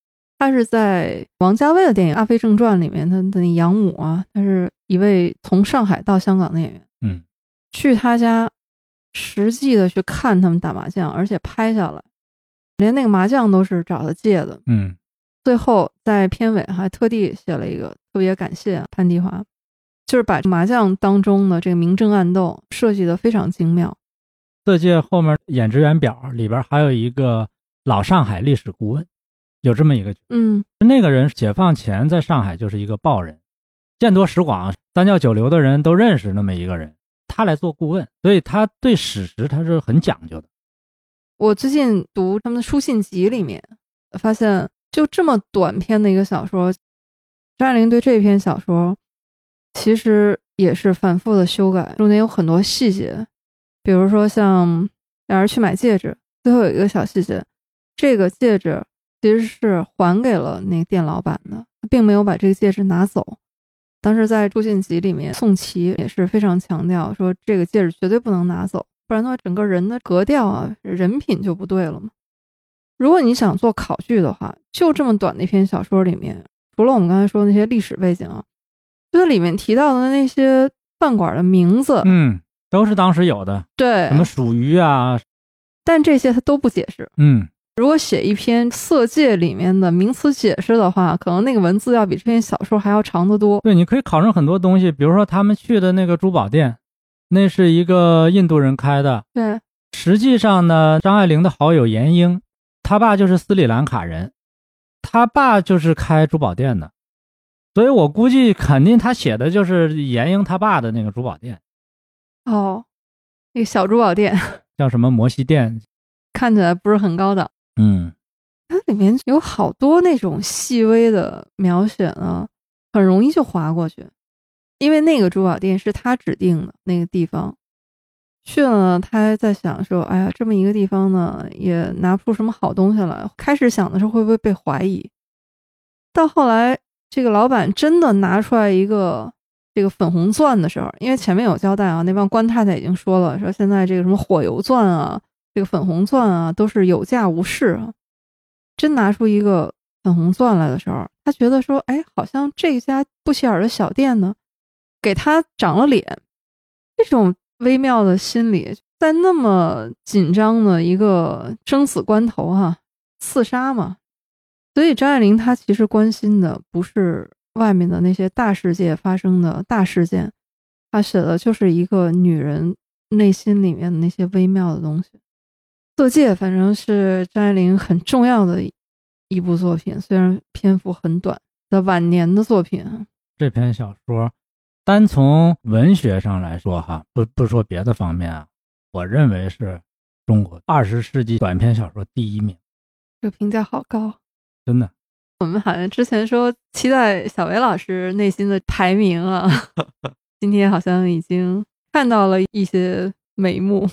他是在王家卫的电影《阿飞正传》里面，他的那养母啊，他是一位从上海到香港的演员。去他家实际的去看他们打麻将，而且拍下来，连那个麻将都是找他借的。最后在片尾还特地写了一个特别感谢潘迪华，就是把麻将当中的这个明争暗斗设计得非常精妙。 色戒后面演职员表里边还有一个老上海历史顾问，有这么一个那个人解放前在上海就是一个报人，见多识广，三教九流的人都认识那么一个人，他来做顾问，所以他对史实他是很讲究的。 我最近读他们的书信集里面发现，就这么短篇的一个小说，张爱玲对这篇小说其实也是反复的修改，中间有很多细节，比如说像两人去买戒指，最后有一个小细节，这个戒指其实是还给了那个店老板的，并没有把这个戒指拿走。当时在书信集里面，宋琦也是非常强调说，这个戒指绝对不能拿走，不然的话整个人的格调啊，人品就不对了嘛。如果你想做考据的话，就这么短的一篇小说里面，除了我们刚才说的那些历史背景啊，就是里面提到的那些饭馆的名字， 都是当时有的， 对， 什么蜀渝啊， 但这些他都不解释。如果写一篇色戒里面的名词解释的话，可能那个文字要比这篇小说还要长得多。 对，你可以考证很多东西，比如说他们去的那个珠宝店，那是一个印度人开的。 对， 实际上呢，张爱玲的好友严英，他爸就是斯里兰卡人，他爸就是开珠宝店的，所以我估计肯定他写的就是严英他爸的那个珠宝店。 那个小珠宝店叫什么摩西店， 看起来不是很高档。它里面有好多那种细微的描写呢，很容易就划过去，因为那个珠宝店是他指定的那个地方。去了呢，他还在想说，哎呀，这么一个地方呢，也拿不出什么好东西来。开始想的是会不会被怀疑，到后来这个老板真的拿出来一个这个粉红钻的时候，因为前面有交代啊，那帮官太太已经说了，说现在这个什么火油钻啊，这个粉红钻啊，都是有价无市啊。真拿出一个粉红钻来的时候，他觉得说，哎，好像这家不起眼的小店呢，给他长了脸。这种微妙的心理，在那么紧张的一个生死关头刺杀嘛。所以张爱玲她其实关心的不是外面的那些大世界发生的大事件，她写的就是一个女人内心里面的那些微妙的东西。色戒反正是张爱玲很重要的一部作品，虽然篇幅很短的晚年的作品。 这篇小说单从文学上来说不说别的方面我认为是中国20世纪短篇小说第1名。 这个评价好高， 真的。 我们好像之前说期待小维老师内心的排名今天好像已经看到了一些眉目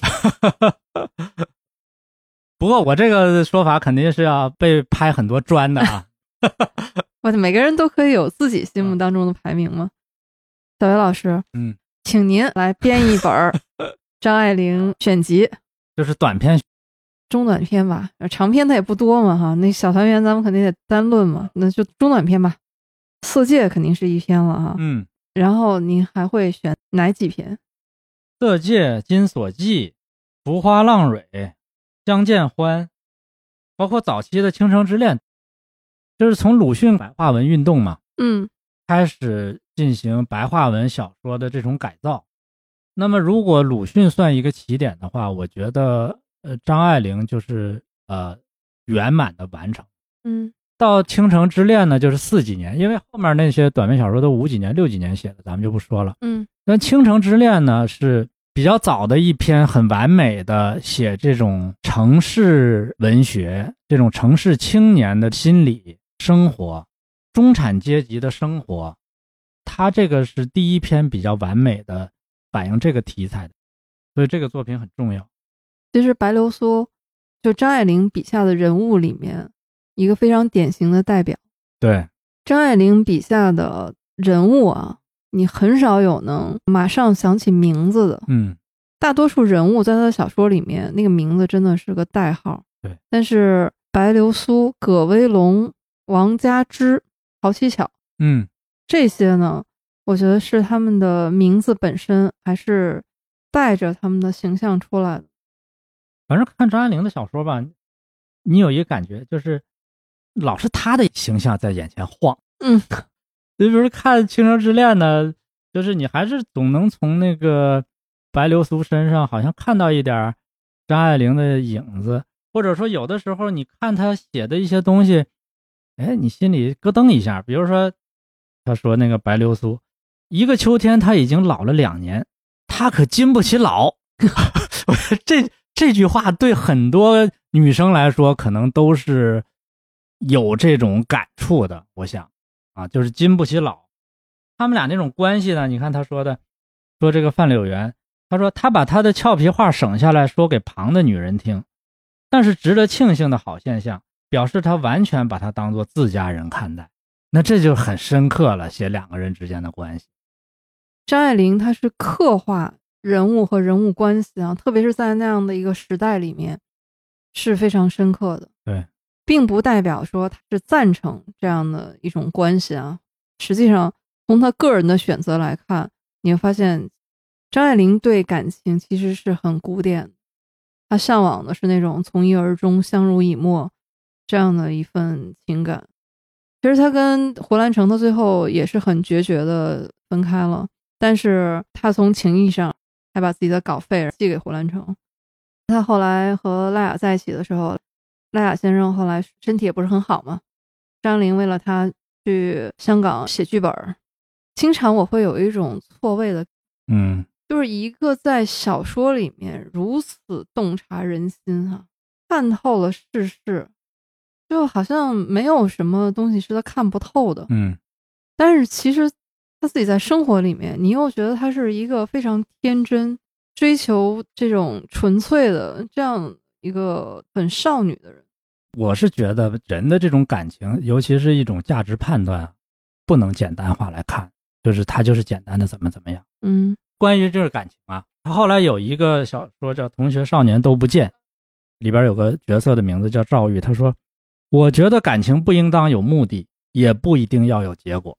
不过我这个说法肯定是要被拍很多砖的每个人都可以有自己心目当中的排名吗？小维老师，请您来编一本张爱玲选集， 就是短篇中短篇吧，长篇它也不多嘛那小团圆咱们肯定得单论嘛，那就中短篇吧。色戒肯定是一篇了然后您还会选哪几篇？ 色戒、金锁记、浮花浪蕊、相见欢，包括早期的倾城之恋，就是从鲁迅白话文运动嘛开始进行白话文小说的这种改造。那么如果鲁迅算一个起点的话，我觉得张爱玲就是圆满的完成。到倾城之恋呢就是4几年，因为后面那些短篇小说都5几年6几年写的，咱们就不说了。那倾城之恋呢是比较早的一篇很完美的写这种城市文学，这种城市青年的心理生活，中产阶级的生活，他这个是第一篇比较完美的反映这个题材的，所以这个作品很重要。 其实白流苏就张爱玲笔下的人物里面一个非常典型的代表。 对， 张爱玲笔下的人物你很少有能马上想起名字的。大多数人物在他的小说里面那个名字真的是个代号。 对， 但是白流苏、葛威龙、 王佳芝、曹七巧，这些呢，我觉得是他们的名字本身还是带着他们的形象出来的。 反正看张爱玲的小说吧，你有一个感觉，就是老是她的形象在眼前晃。就比如看《倾城之恋》呢，就是你还是总能从那个白流苏身上好像看到一点张爱玲的影子，或者说有的时候你看她写的一些东西，你心里咯噔一下。比如说他说那个白流苏，一个秋天他已经老了2年，他可经不起老。这句话对很多女生来说可能都是有这种感触的，我想就是经不起老。他们俩那种关系呢，你看他说这个范柳原，他说他把他的俏皮话省下来说给旁的女人听，但是值得庆幸的好现象，表示他完全把他当作自家人看待。那这就很深刻了，写2个人之间的关系。 张爱玲她是刻画人物和人物关系特别是在那样的一个时代里面是非常深刻的。 对， 并不代表说他是赞成这样的一种关系实际上从他个人的选择来看，你会发现张爱玲对感情其实是很古典的，她向往的是那种从一而终、相濡以沫这样的一份情感。其实她跟胡兰成的最后也是很决绝的分开了，但是她从情义上还把自己的稿费寄给胡兰成。她后来和赖雅在一起的时候，赖雅先生后来身体也不是很好嘛，张爱玲为了他去香港写剧本。经常我会有一种错位的就是一个在小说里面如此洞察人心看透了世事，就好像没有什么东西是他看不透的但是其实他自己在生活里面，你又觉得他是一个非常天真，追求这种纯粹的这样一个很少女的人。 我是觉得人的这种感情，尤其是一种价值判断，不能简单化来看，就是他就是简单的怎么样。关于这个感情他后来有一个小说叫《同学少年都不见》，里边有个角色的名字叫赵玉，他说我觉得感情不应当有目的，也不一定要有结果。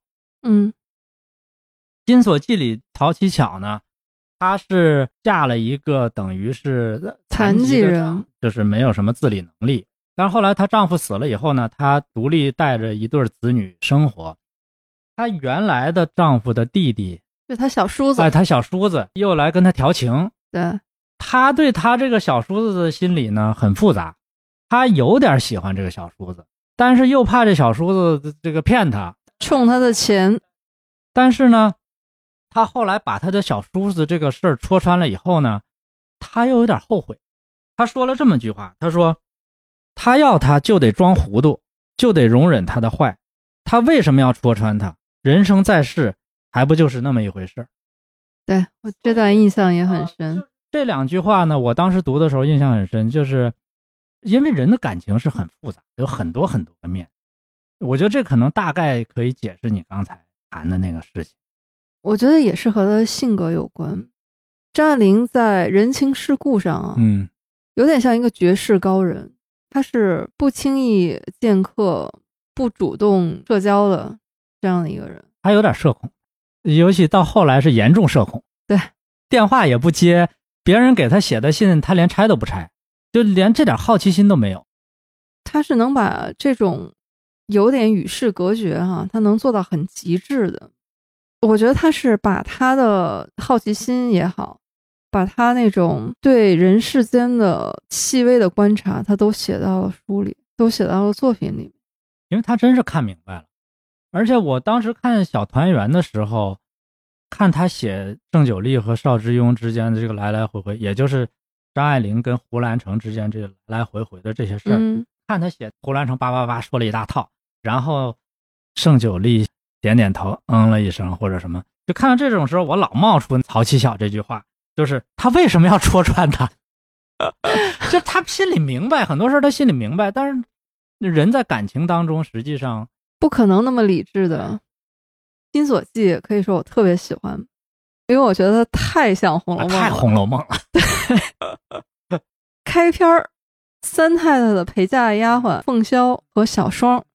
金锁记里曹七巧呢，她是嫁了一个等于是残疾人， 就是没有什么自理能力。但是后来她丈夫死了以后呢，她独立带着一对子女生活。她原来的丈夫的弟弟， 就她小叔子， 她小叔子又来跟她调情。 对， 她对她这个小叔子的心理呢很复杂，她有点喜欢这个小叔子，但是又怕这小叔子这个骗她， 冲他的钱。 但是呢，她后来把她的小叔子这个事儿戳穿了以后呢，她又有点后悔。她说了这么句话，她说他要他就得装糊涂，就得容忍他的坏，他为什么要戳穿他？人生在世还不就是那么一回事。 对，我这段印象也很深。 这2句话呢，我当时读的时候印象很深，就是因为人的感情是很复杂，有很多很多个面。我觉得这可能大概可以解释你刚才谈的那个事情。 我觉得也是和他的性格有关。张爱玲在人情世故上有点像一个绝世高人，他是不轻易见客、不主动社交的这样的一个人。 他有点社恐，尤其到后来是严重社恐。 对， 电话也不接，别人给他写的信他连拆都不拆，就连这点好奇心都没有。 他是能把这种有点与世隔绝他能做到很极致的。我觉得他是把他的好奇心也好，把他那种对人世间的细微的观察，他都写到了书里，都写到了作品里。 因为他真是看明白了。而且我当时看小团圆的时候，看他写郑九莉和邵之雍之间的这个来来回回，也就是张爱玲跟胡兰成之间这个来来回回的这些事儿，看他写胡兰成叭叭叭说了一大套，然后盛九莉点点头了一声或者什么，就看到这种时候我老冒出曹七巧这句话，就是他为什么要戳穿他就他心里明白很多事他心里明白，但是人在感情当中实际上不可能那么理智的。金锁记可以说我特别喜欢，因为我觉得它太像红楼梦了， 太红楼梦了。 对，开篇三太太的陪嫁丫鬟凤箫和小双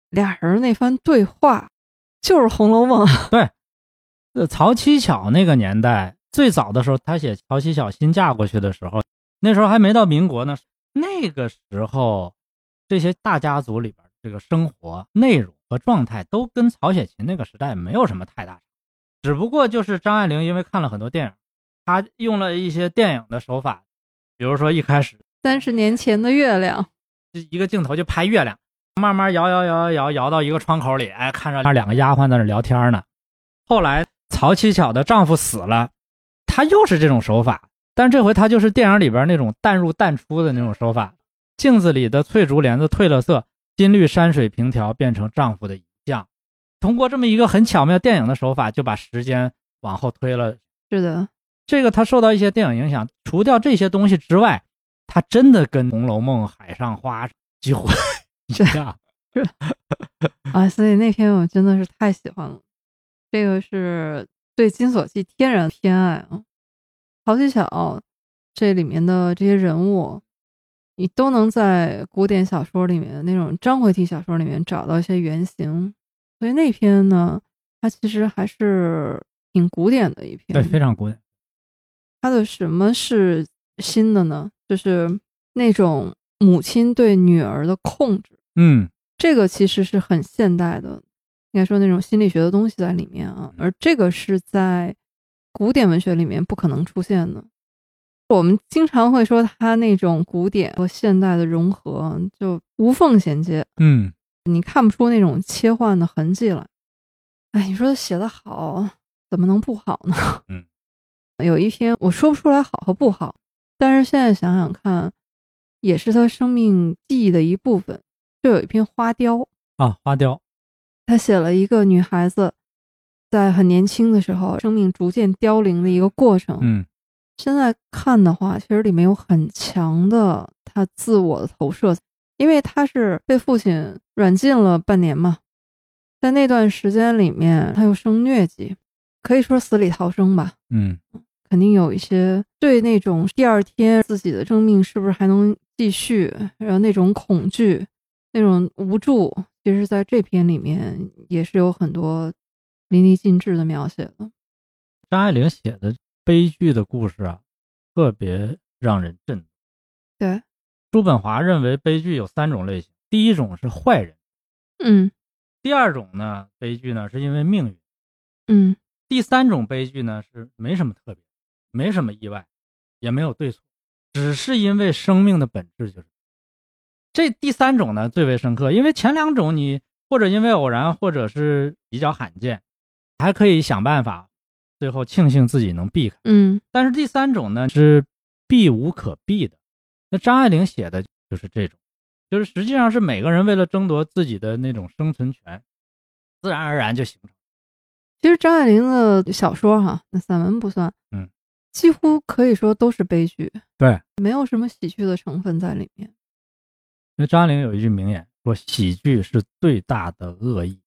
俩人那番对话就是《红楼梦》。 对，曹七巧那个年代最早的时候，他写曹七巧新嫁过去的时候，那时候还没到民国呢。那个时候这些大家族里边这个生活内容和状态都跟曹雪芹那个时代没有什么太大，只不过就是张爱玲因为看了很多电影，她用了一些电影的手法，比如说一开始 30年前的月亮， 一个镜头就拍月亮，慢慢摇到一个窗口里，哎，看着那两个丫鬟在那聊天呢。后来曹七巧的丈夫死了，她又是这种手法，但这回她就是电影里边那种淡入淡出的那种手法。镜子里的翠竹帘子褪了色，金绿山水平条变成丈夫的遗像。通过这么一个很巧妙电影的手法，就把时间往后推了。 是的， 这个他受到一些电影影响，除掉这些东西之外，他真的跟《红楼梦》海上花几乎一样。 啊，所以那篇我真的是太喜欢了。这个是对金锁记天然偏爱啊。曹七巧这里面的这些人物，你都能在古典小说里面那种章回体小说里面找到一些原型，所以那篇呢，它其实还是挺古典的一篇。 对，非常古典。 它的什么是新的呢？就是那种母亲对女儿的控制。这个其实是很现代的，应该说那种心理学的东西在里面啊，而这个是在古典文学里面不可能出现的。我们经常会说它那种古典和现代的融合就无缝衔接，你看不出那种切换的痕迹来。哎，你说写得好怎么能不好呢？有一篇我说不出来好和不好，但是现在想想看也是他生命记忆的一部分。就有一篇花雕啊，花雕他写了一个女孩子在很年轻的时候生命逐渐凋零的一个过程。现在看的话，其实里面有很强的他自我的投射，因为他是被父亲软禁了半年嘛，在那段时间里面他又生疟疾，可以说死里逃生吧。肯定有一些对那种第二天自己的生命是不是还能继续，然后那种恐惧那种无助，其实在这篇里面也是有很多淋漓尽致的描写的。 张爱玲写的悲剧的故事啊，特别让人震动。 对， 叔本华认为悲剧有3种类型，第一种是坏人，第二种呢悲剧呢是因为命运，第3种悲剧呢是没什么特别，没什么意外，也没有对错，只是因为生命的本质就是这第3种呢最为深刻，因为前2种你或者因为偶然，或者是比较罕见，还可以想办法最后庆幸自己能避开。但是第3种呢是避无可避的。那张爱玲写的就是这种，就是实际上是每个人为了争夺自己的那种生存权，自然而然就形成。 其实张爱玲的小说哈，那散文不算，几乎可以说都是悲剧， 对， 没有什么喜剧的成分在里面。 因为张爱玲有一句名言说，喜剧是最大的恶意。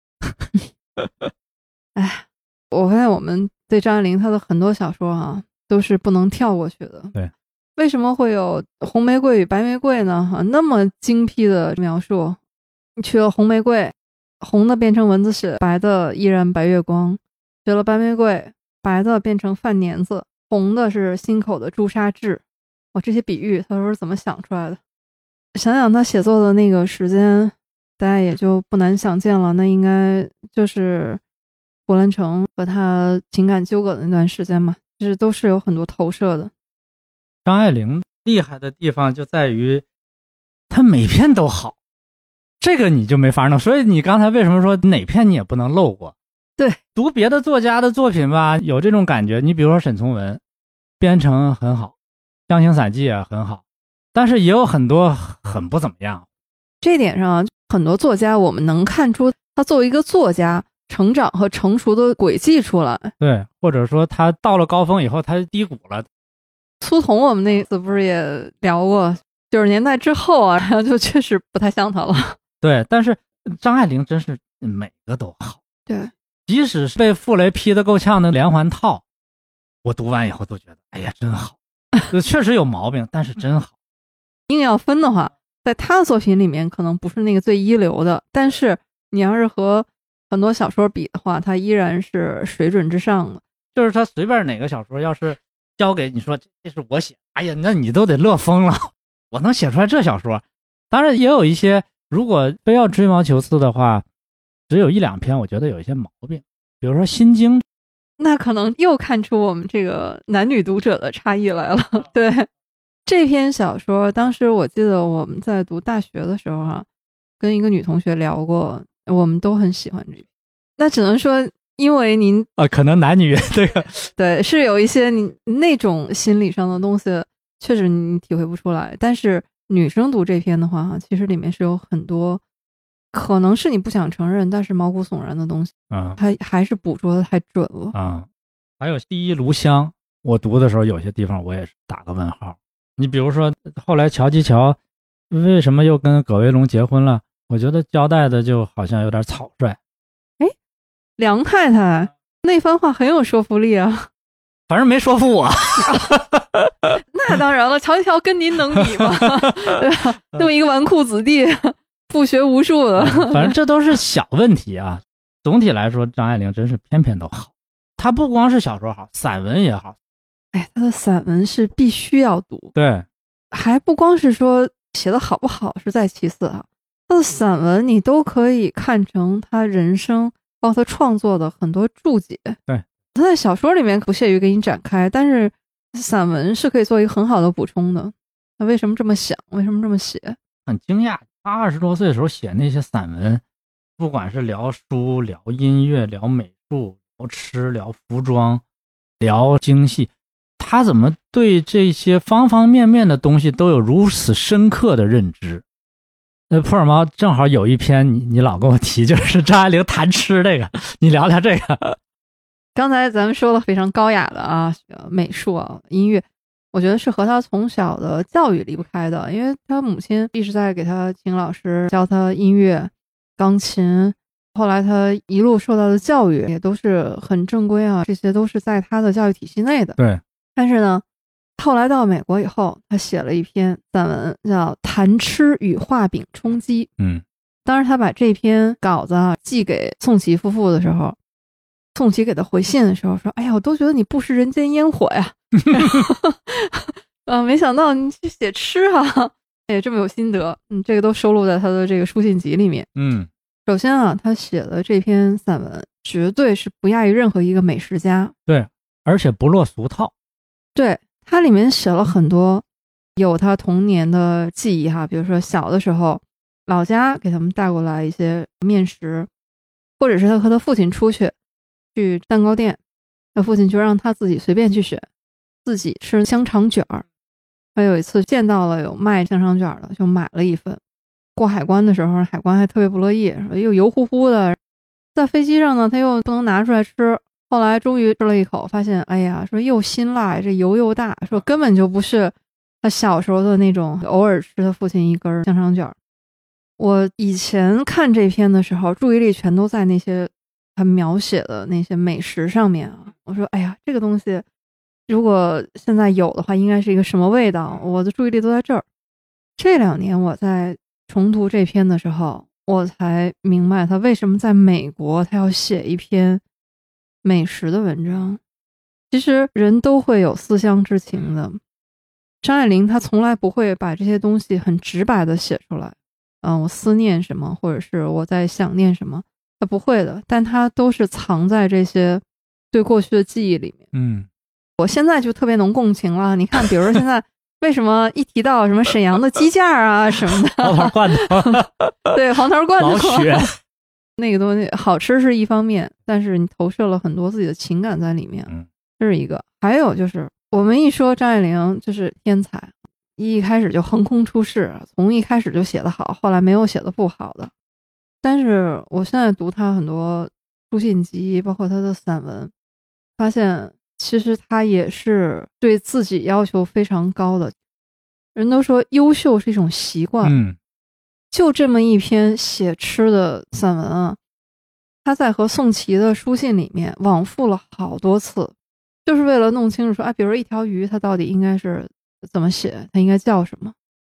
哎，我发现我们对张爱玲她的很多小说啊都是不能跳过去的。 对， 为什么会有红玫瑰与白玫瑰呢？那么精辟的描述，你取了红玫瑰，红的变成蚊子血，白的依然白月光；取了白玫瑰，白的变成饭粘子，红的是心口的朱砂痣。这些比喻他都是怎么想出来的？想想他写作的那个时间，大家也就不难想见了，那应该就是胡兰成和他情感纠葛的那段时间嘛，就是都是有很多投射的。 张爱玲厉害的地方就在于她每篇都好，这个你就没法弄。所以你刚才为什么说哪篇你也不能漏过？ 对， 读别的作家的作品吧，有这种感觉。你比如说沈从文，编程很好，江行散记也很好，但是也有很多很不怎么样。 这点上很多作家我们能看出他作为一个作家成长和成熟的轨迹出来。 对，或者说他到了高峰以后他低谷了。 苏童我们那次不是也聊过90年代之后啊，然后就确实不太像他了。 对，但是张爱玲真是每个都好。 对， 即使是被傅雷劈得够呛的连环套，我读完以后都觉得哎呀真好。确实有毛病，但是真好。 硬要分的话， 在他的作品里面可能不是那个最一流的，但是你要是和很多小说比的话，他依然是水准之上的。 就是他随便哪个小说要是交给你说这是我写，哎呀，那你都得乐疯了，我能写出来这小说。当然也有一些，如果非要吹毛求疵的话，只有1-2篇我觉得有一些毛病，比如说《心经》， 那可能又看出我们这个男女读者的差异来了。对，这篇小说当时我记得我们在读大学的时候啊，跟一个女同学聊过，我们都很喜欢这个。那只能说因为您可能男女这个对是有一些你那种心理上的东西确实你体会不出来，但是女生读这篇的话其实里面是有很多可能是你不想承认但是毛骨悚然的东西它还是捕捉的太准了还有第一炉香，我读的时候有些地方我也是打个问号。你比如说后来乔吉乔为什么又跟葛维龙结婚了，我觉得交代的就好像有点草率。 梁太太那番话很有说服力啊， 反正没说服我。 那当然了，乔吉乔跟您能比吗？对吧？这么一个纨绔子弟，不学无术的， 反正这都是小问题啊。总体来说，张爱玲真是篇篇都好。她不光是小说好，散文也好。 她的散文是必须要读。 对， 还不光是说写的好不好是在其次啊，她的散文你都可以看成她人生。包括他创作的很多注解， 对， 他在小说里面不屑于给你展开，但是散文是可以做一个很好的补充的。他为什么这么想？为什么这么写？ 很惊讶，他20多岁的时候写那些散文，不管是聊书、聊音乐、聊美术、聊吃、聊服装、聊京戏，他怎么对这些方方面面的东西都有如此深刻的认知？普尔猫正好有一篇你老跟我提，就是张爱玲谈吃这个，你聊聊这个。 刚才咱们说了非常高雅的美术音乐，我觉得是和他从小的教育离不开的，因为他母亲一直在给他请老师教他音乐、钢琴，后来他一路受到的教育也都是很正规这些都是在他的教育体系内的。 对， 但是呢后来到美国以后，他写了一篇散文叫《谈吃与画饼充饥》。当时他把这篇稿子寄给宋琦夫妇的时候，宋琦给他回信的时候说：“哎呀，我都觉得你不食人间烟火呀。”没想到你去写吃也这么有心得。这个都收录在他的这个书信集里面。首先他写的这篇散文绝对是不亚于任何一个美食家。 对，而且不落俗套。 对。它里面写了很多有他童年的记忆比如说小的时候老家给他们带过来一些面食，或者是他和他父亲出去蛋糕店，他父亲就让他自己随便去选，自己吃香肠卷儿。他有一次见到了有卖香肠卷的，就买了一份。过海关的时候，海关还特别不乐意，说又油乎乎的。在飞机上呢，他又不能拿出来吃。后来终于吃了一口，发现哎呀，说又辛辣，这油又大，说根本就不是他小时候的那种偶尔吃他父亲一根香肠卷。我以前看这篇的时候，注意力全都在那些他描写的那些美食上面我说哎呀，这个东西如果现在有的话，应该是一个什么味道？我的注意力都在这儿。这2年我在重读这篇的时候，我才明白他为什么在美国他要写一篇美食的文章。其实人都会有思乡之情的，张爱玲她从来不会把这些东西很直白的写出来我思念什么，或者是我在想念什么，她不会的，但她都是藏在这些对过去的记忆里面。我现在就特别能共情了。你看比如说现在为什么一提到什么沈阳的鸡架什么的黄桃罐头对，黄桃罐头老雪那个东西好吃是一方面，但是你投射了很多自己的情感在里面这是一个。还有就是我们一说张爱玲就是天才，一开始就横空出世，从一开始就写得好，后来没有写得不好的。但是我现在读他很多书信集，包括他的散文，发现其实他也是对自己要求非常高的。人都说优秀是一种习惯就这么一篇写吃的散文他在和宋琦的书信里面往复了好多次，就是为了弄清楚说比如一条鱼它到底应该是怎么写，它应该叫什么。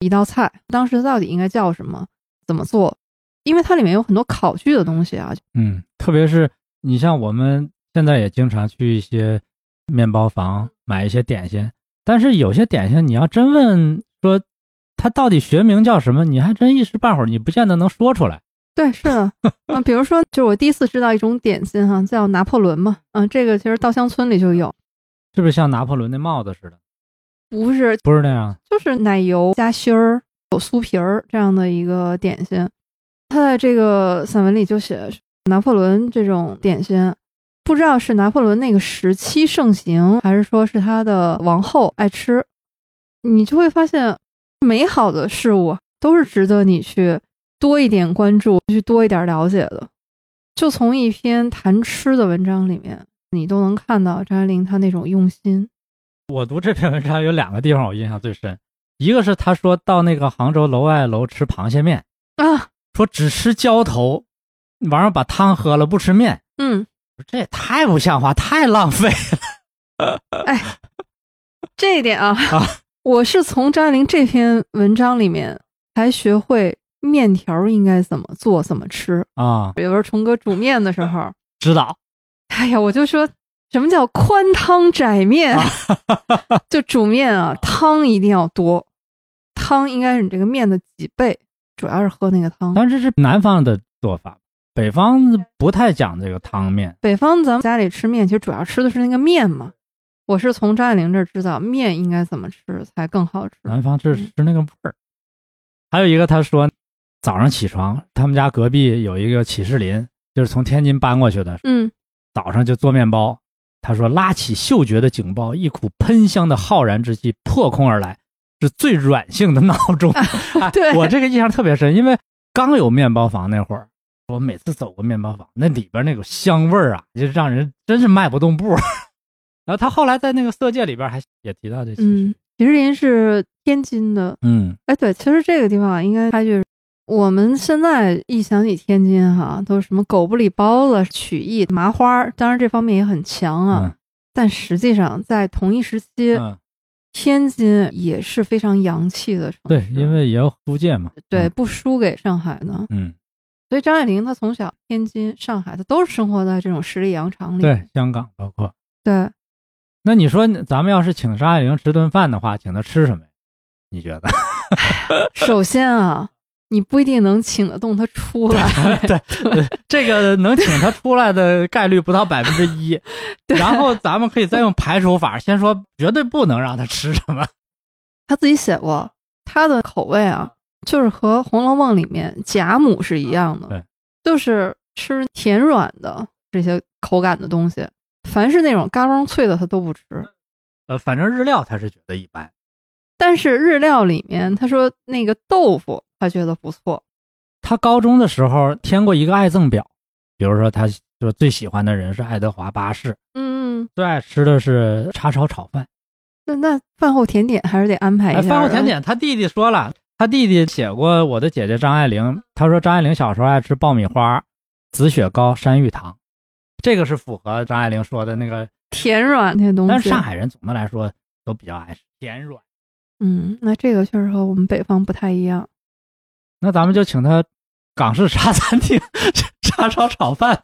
一道菜，当时到底应该叫什么，怎么做，因为它里面有很多考据的东西啊。 特别是你像我们现在也经常去一些面包房买一些点心，但是有些点心你要真问说它到底学名叫什么，你还真一时半会儿你不见得能说出来。 对，是的。比如说就是我第一次知道一种点心哈，叫拿破仑嘛。这个其实稻香村里就有。 是不是像拿破仑那帽子似的？ 不是那样， 就是奶油加芯儿有酥皮儿这样的一个点心。他在这个散文里就写拿破仑这种点心，不知道是拿破仑那个时期盛行，还是说是他的王后爱吃。你就会发现美好的事物都是值得你去多一点关注，去多一点了解的。就从一篇谈吃的文章里面，你都能看到张爱玲她那种用心。 我读这篇文章有2个地方我印象最深，一个是他说到那个杭州楼外楼吃螃蟹面啊， 说只吃浇头，晚上把汤喝了不吃面。这也太不像话，太浪费了。 这一点我是从张爱玲这篇文章里面才学会面条应该怎么做怎么吃啊。 有时候崇哥煮面的时候知道， 我就说什么叫宽汤窄面就煮面汤一定要多，汤应该是你这个面的几倍，主要是喝那个汤。 但这是南方的做法，北方不太讲这个汤面。 北方咱们家里吃面其实主要吃的是那个面嘛。我是从张爱玲这儿知道面应该怎么吃才更好吃。 南方吃那个味儿。还有一个他说早上起床，他们家隔壁有一个启士林，就是从天津搬过去的。早上就做面包。他说拉起嗅觉的警报，一股喷香的浩然之气破空而来，是最软性的闹钟。 对， 我这个印象特别深，因为刚有面包房那会儿，我每次走过面包房，那里边那个香味儿就让人真是迈不动步。然后他后来在那个色戒里边也提到这启士林是天津的。对，其实这个地方应该插句，我们现在一想起天津都是什么狗不理包子、曲艺、麻花，当然这方面也很强但实际上在同一时期，天津也是非常洋气的城市。 对，因为也有租界嘛。 对，不输给上海的。所以张爱玲她从小天津、上海，她都是生活在这种十里洋场里。 对，香港包括。 对。 那你说咱们要是请张爱玲吃顿饭的话，请她吃什么呀？你觉得？ 首先你不一定能请得动她出来。 对，这个能请她出来的概率不到1%。然后咱们可以再用排除法，先说绝对不能让她吃什么。 她自己写过，她的口味就是和《红楼梦》里面贾母是一样的。 对， 就是吃甜软的这些口感的东西。凡是那种嘎嘣脆的他都不吃。 反正日料他是觉得一般， 但是日料里面他说那个豆腐他觉得不错。 他高中的时候填过一个爱赠表，比如说他说最喜欢的人是爱德华八世，最爱吃的是叉烧炒饭。 那饭后甜点还是得安排一下。 饭后甜点他弟弟说了，他弟弟写过我的姐姐张爱玲，他说张爱玲小时候爱吃爆米花、紫雪糕、山芋糖，这个是符合张爱玲说的那个甜软那些东西。 但是上海人总的来说都比较爱吃甜软。 那这个确实和我们北方不太一样。 那咱们就请他港式茶餐厅叉烧炒饭。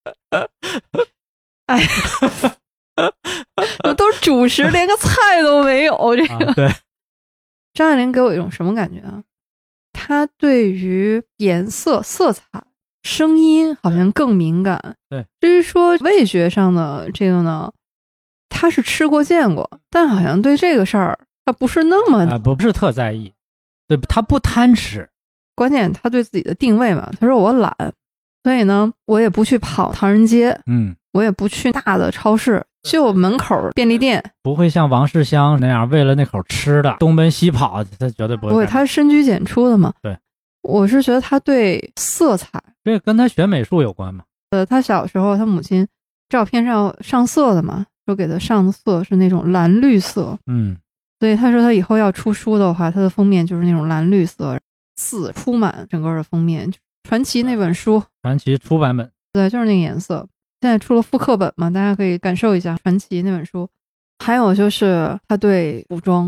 都是主食，连个菜都没有。这个对。 张爱玲给我一种什么感觉她对于颜色、色彩、声音好像更敏感。 对， 至于说味觉上的这个呢，她是吃过见过，但好像对这个事儿她不是那么不是特在意。对，她不贪吃。 关键她对自己的定位嘛，她说我懒，所以呢我也不去跑唐人街，我也不去大的超市，就门口便利店。 不会像王世襄那样为了那口吃的东奔西跑，他绝对不会。 不会，他深居简出的嘛。 对， 我是觉得他对色彩， 这跟他学美术有关嘛。 他小时候他母亲照片上上色的嘛，说给他上的色是那种蓝绿色。所以他说他以后要出书的话，他的封面就是那种蓝绿色，字铺满整个的封面。传奇那本书， 传奇出版本， 对，就是那个颜色。现在出了复刻本嘛，大家可以感受一下传奇那本书。还有就是他对服装，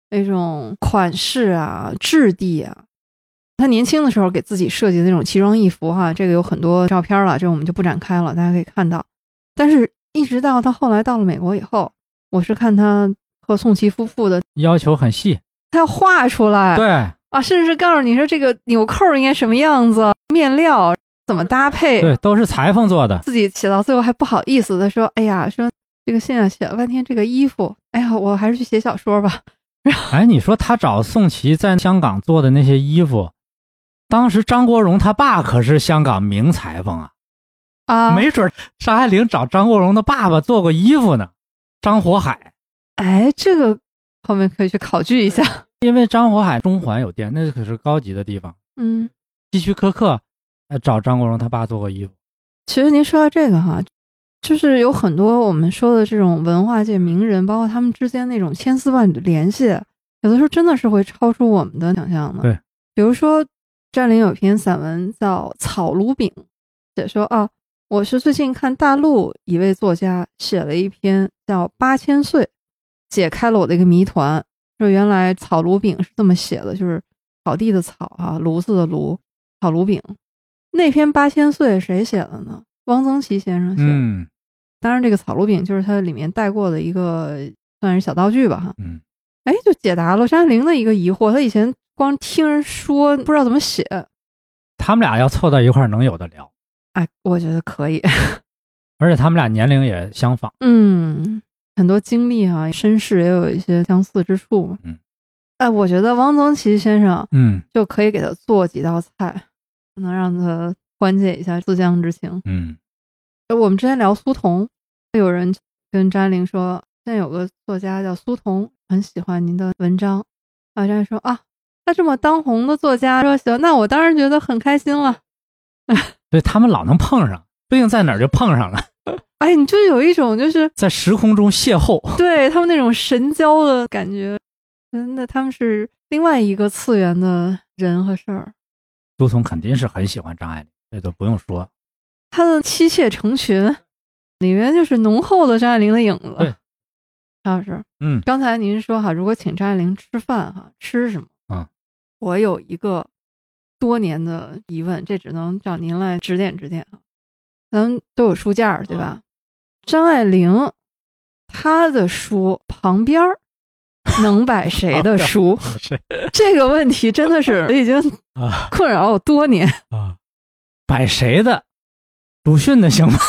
那种款式啊、质地啊。他年轻的时候给自己设计的那种奇装异服哈，这个有很多照片了，这我们就不展开了，大家可以看到。但是一直到他后来到了美国以后，我是看他和宋琦夫妇的要求很细， 他要画出来， 对啊，甚至告诉你说这个纽扣应该什么样子，面料怎么搭配， 对，都是裁缝做的。 自己写到最后还不好意思的说，哎呀，说这个信啊写了半天这个衣服，哎呀，我还是去写小说吧。 哎，你说他找宋琦在香港做的那些衣服，当时张国荣他爸可是香港名裁缝啊，没准张爱玲找张国荣的爸爸做过衣服呢，张火海。 哎，这个后面可以去考据一下， 因为张火海中环有店，那可是高级的地方。希区柯克找张国荣他爸做过衣服。 其实您说到这个哈，就是有很多我们说的这种文化界名人，包括他们之间那种千丝万缕的联系，有的时候真的是会超出我们的想象的。 对， 比如说张爱玲有篇散文叫《草芦饼》，写说啊，我是最近看大陆一位作家写了一篇叫《8000岁》，解开了我的一个谜团，说原来草芦饼是这么写的，就是草地的草啊，炉子的炉，草芦饼。那篇《8000岁》谁写的呢？汪曾祺先生写的。当然这个草芦饼就是它里面带过的一个算是小道具吧哈。哎，就解答了张爱玲的一个疑惑，她以前光听人说不知道怎么写。 他们俩要凑到一块能有的聊。 哎，我觉得可以。 而且他们俩年龄也相仿。 很多经历啊，身世也有一些相似之处。哎，我觉得汪曾祺先生就可以给他做几道菜，能让他缓解一下思乡之情。我们之前聊苏童，有人跟张爱玲说，现在有个作家叫苏童，很喜欢您的文章。张爱玲说啊，他这么当红的作家说行，那我当然觉得很开心了。 对，他们老能碰上，不定在哪儿就碰上了。 哎，你就有一种就是在时空中邂逅， 对他们那种神交的感觉，那他们是另外一个次元的人和事儿。 苏童肯定是很喜欢张爱玲，这都不用说。 他的妻妾成群里面就是浓厚的张爱玲的影子。 对， 张老师，刚才您说哈，如果请张爱玲吃饭哈，吃什么？我有一个多年的疑问，这只能找您来指点指点啊。咱们都有书架对吧？张爱玲她的书旁边能摆谁的书？这个问题真的是已经困扰我多年摆谁的？鲁迅的行吗？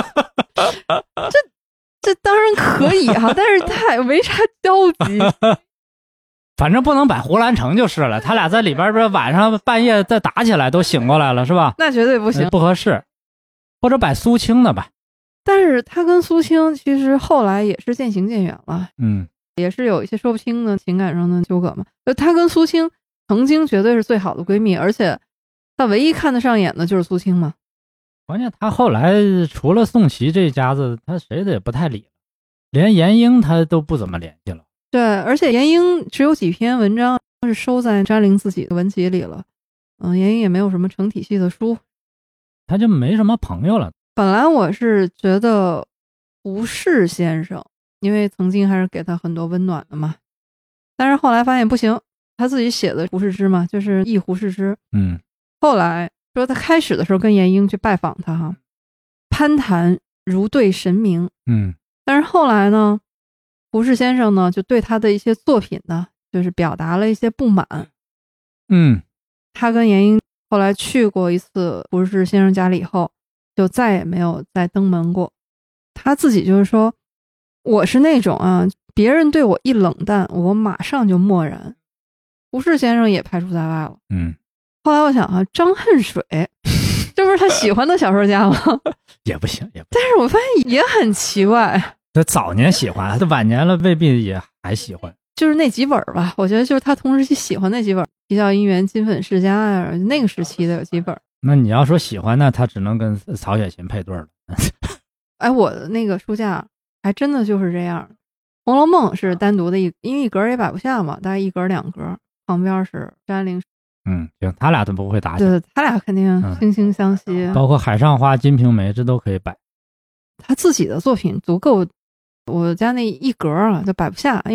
这当然可以哈，但是他也没啥交集。 反正不能摆胡兰成就是了，他俩在里边晚上半夜再打起来都醒过来了是吧？ 那绝对不行， 不合适。或者摆苏青的吧。 但是他跟苏青其实后来也是渐行渐远了，也是有一些说不清的情感上的纠葛嘛。他跟苏青曾经绝对是最好的闺蜜，而且他唯一看得上眼的就是苏青嘛。 关键他后来除了宋琦这家子，他谁的也不太理了，连闫英他都不怎么联系了。 对，而且闫英只有几篇文章是收在张爱玲自己的文集里了，闫英也没有什么成体系的书， 他就没什么朋友了。 本来我是觉得胡适先生，因为曾经还是给他很多温暖的嘛，但是后来发现不行，他自己写的胡适之嘛，就是忆胡适之。后来说他开始的时候跟闫英去拜访他哈，攀谈如对神明。但是后来呢，胡适先生呢就对他的一些作品呢，就是表达了一些不满。他跟闫英后来去过一次胡适先生家里以后，就再也没有再登门过。他自己就是说，我是那种啊，别人对我一冷淡，我马上就漠然。胡适先生也排除在外了。后来我想啊，张恨水这不是他喜欢的小说家吗？ 也不行， 但是我发现也很奇怪。 他早年喜欢，他晚年了未必也还喜欢。 就是那几本吧，我觉得就是他同时期喜欢那几本，啼笑姻缘、金粉世家呀，那个时期的有几本。 那你要说喜欢呢，他只能跟曹雪芹配对了。 哎，我的那个书架还真的就是这样，《红楼梦》是单独的因为一格也摆不下嘛，大概一格两格，旁边是张爱玲。 行，他俩都不会打起来。 对，他俩肯定惺惺相惜。 包括海上花、金瓶梅，这都可以摆。他自己的作品足够，我家那一格啊就摆不下，因为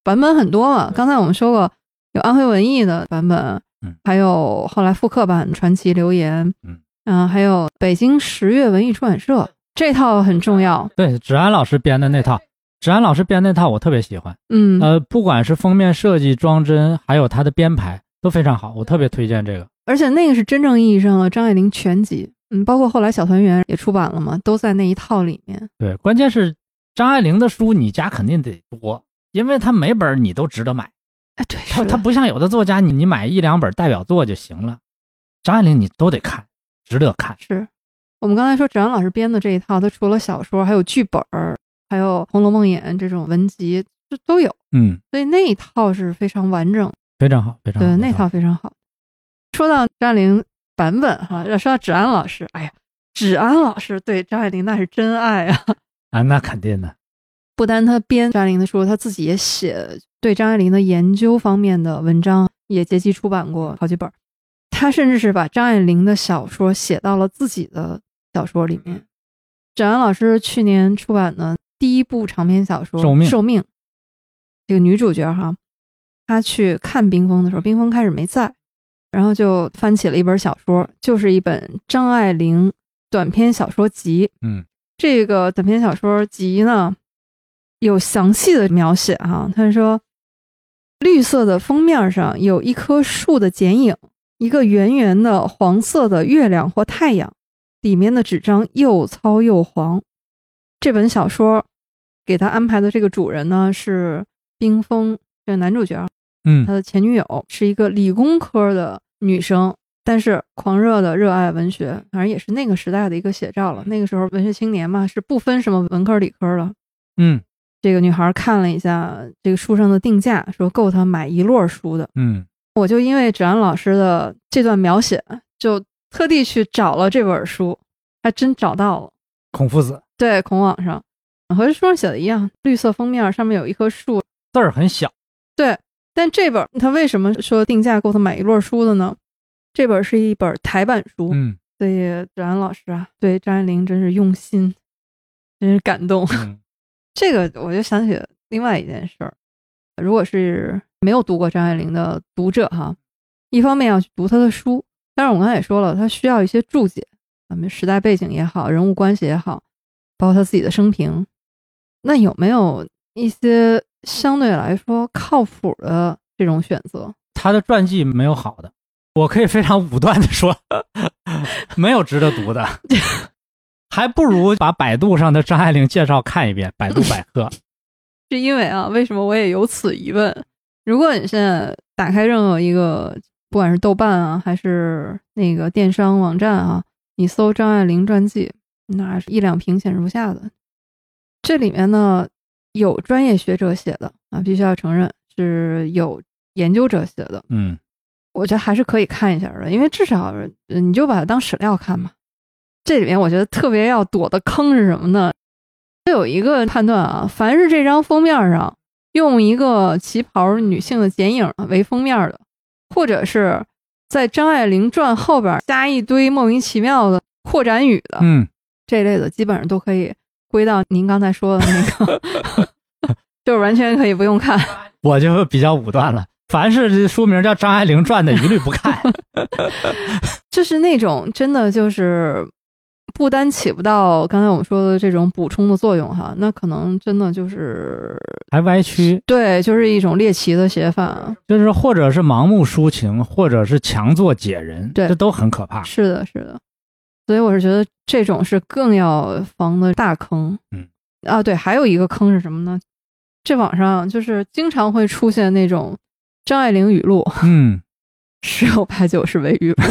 版本很多嘛。刚才我们说过有安徽文艺的版本，还有后来复刻版传奇留言，还有北京十月文艺出版社这套很重要。 对，芷安老师编的那套，我特别喜欢。不管是封面设计、装帧，还有它的编排都非常好，我特别推荐这个。 而且那个是真正意义上的张爱玲全集，包括后来小团圆也出版了嘛，都在那一套里面。 对，关键是张爱玲的书你家肯定得多，因为她每本你都值得买。 对， 她不像有的作家，你买一两本代表作就行了，张爱玲你都得看，值得看。 是我们刚才说芷安老师编的这一套，他除了小说还有剧本，还有《红楼梦魇》这种文集，这都有。所以那一套是非常完整， 非常好，非常好。 对，那套非常好。说到张爱玲版本哈，要说到芷安老师，哎呀，芷安老师对张爱玲那是真爱啊！ 那肯定的。 不单他编张爱玲的书，他自己也写对张爱玲的研究方面的文章，也结集出版过好几本。他甚至是把张爱玲的小说写到了自己的小说里面。芷安老师去年出版的第一部长篇小说《寿命》，这个女主角哈，她去看冰封的时候，冰封开始没在，然后就翻起了一本小说，就是一本张爱玲短篇小说集。这个短篇小说集呢，有详细的描写哈。他说，绿色的封面上有一棵树的剪影，一个圆圆的黄色的月亮或太阳，里面的纸张又糙又黄。这本小说给他安排的这个主人呢是冰封，这个男主角，他的前女友是一个理工科的女生，但是狂热的热爱文学，反正也是那个时代的一个写照了。那个时候文学青年嘛，是不分什么文科理科的。这个女孩看了一下这个书上的定价，说够她买一摞书的。我就因为芷安老师的这段描写，就特地去找了这本书，还真找到了。 孔夫子， 对，孔网上和书上写的一样，绿色封面上面有一棵树， 字儿很小。 对，但这本他为什么说定价够他买一摞书的呢？这本是一本台版书。所以芷安老师啊，对张爱玲真是用心，真是感动。这个我就想起另外一件事儿，如果是没有读过张爱玲的读者哈，一方面要去读她的书，当然我刚才也说了，她需要一些注解，时代背景也好，人物关系也好，包括她自己的生平。那有没有一些相对来说靠谱的这种选择？ 她的传记没有好的，我可以非常武断的说，没有值得读的。还不如把百度上的张爱玲介绍看一遍，百度百科。 是因为为什么我也有此疑问？如果你现在打开任何一个，不管是豆瓣还是那个电商网站你搜张爱玲传记，那是一两评显示不下的。这里面呢有专业学者写的必须要承认是有研究者写的。我觉得还是可以看一下的，因为至少你就把它当史料看嘛。这里面我觉得特别要躲的坑是什么呢？有一个判断凡是这张封面上用一个旗袍女性的剪影为封面的，或者是在张爱玲传后边加一堆莫名其妙的扩展语的，这类的基本上都可以归到您刚才说的那个就是完全可以不用看。 我就比较武断了，凡是书名叫张爱玲传的一律不看。 就是那种真的就是不单起不到刚才我们说的这种补充的作用那可能真的就是还歪曲。 对，就是一种猎奇的写法， 就是或者是盲目抒情，或者是强作解人， 对， 这都很可怕。 是的，是的。所以我是觉得这种是更要防的大坑。对，还有一个坑是什么呢？这网上就是经常会出现那种张爱玲语录，十有八九是伪语录。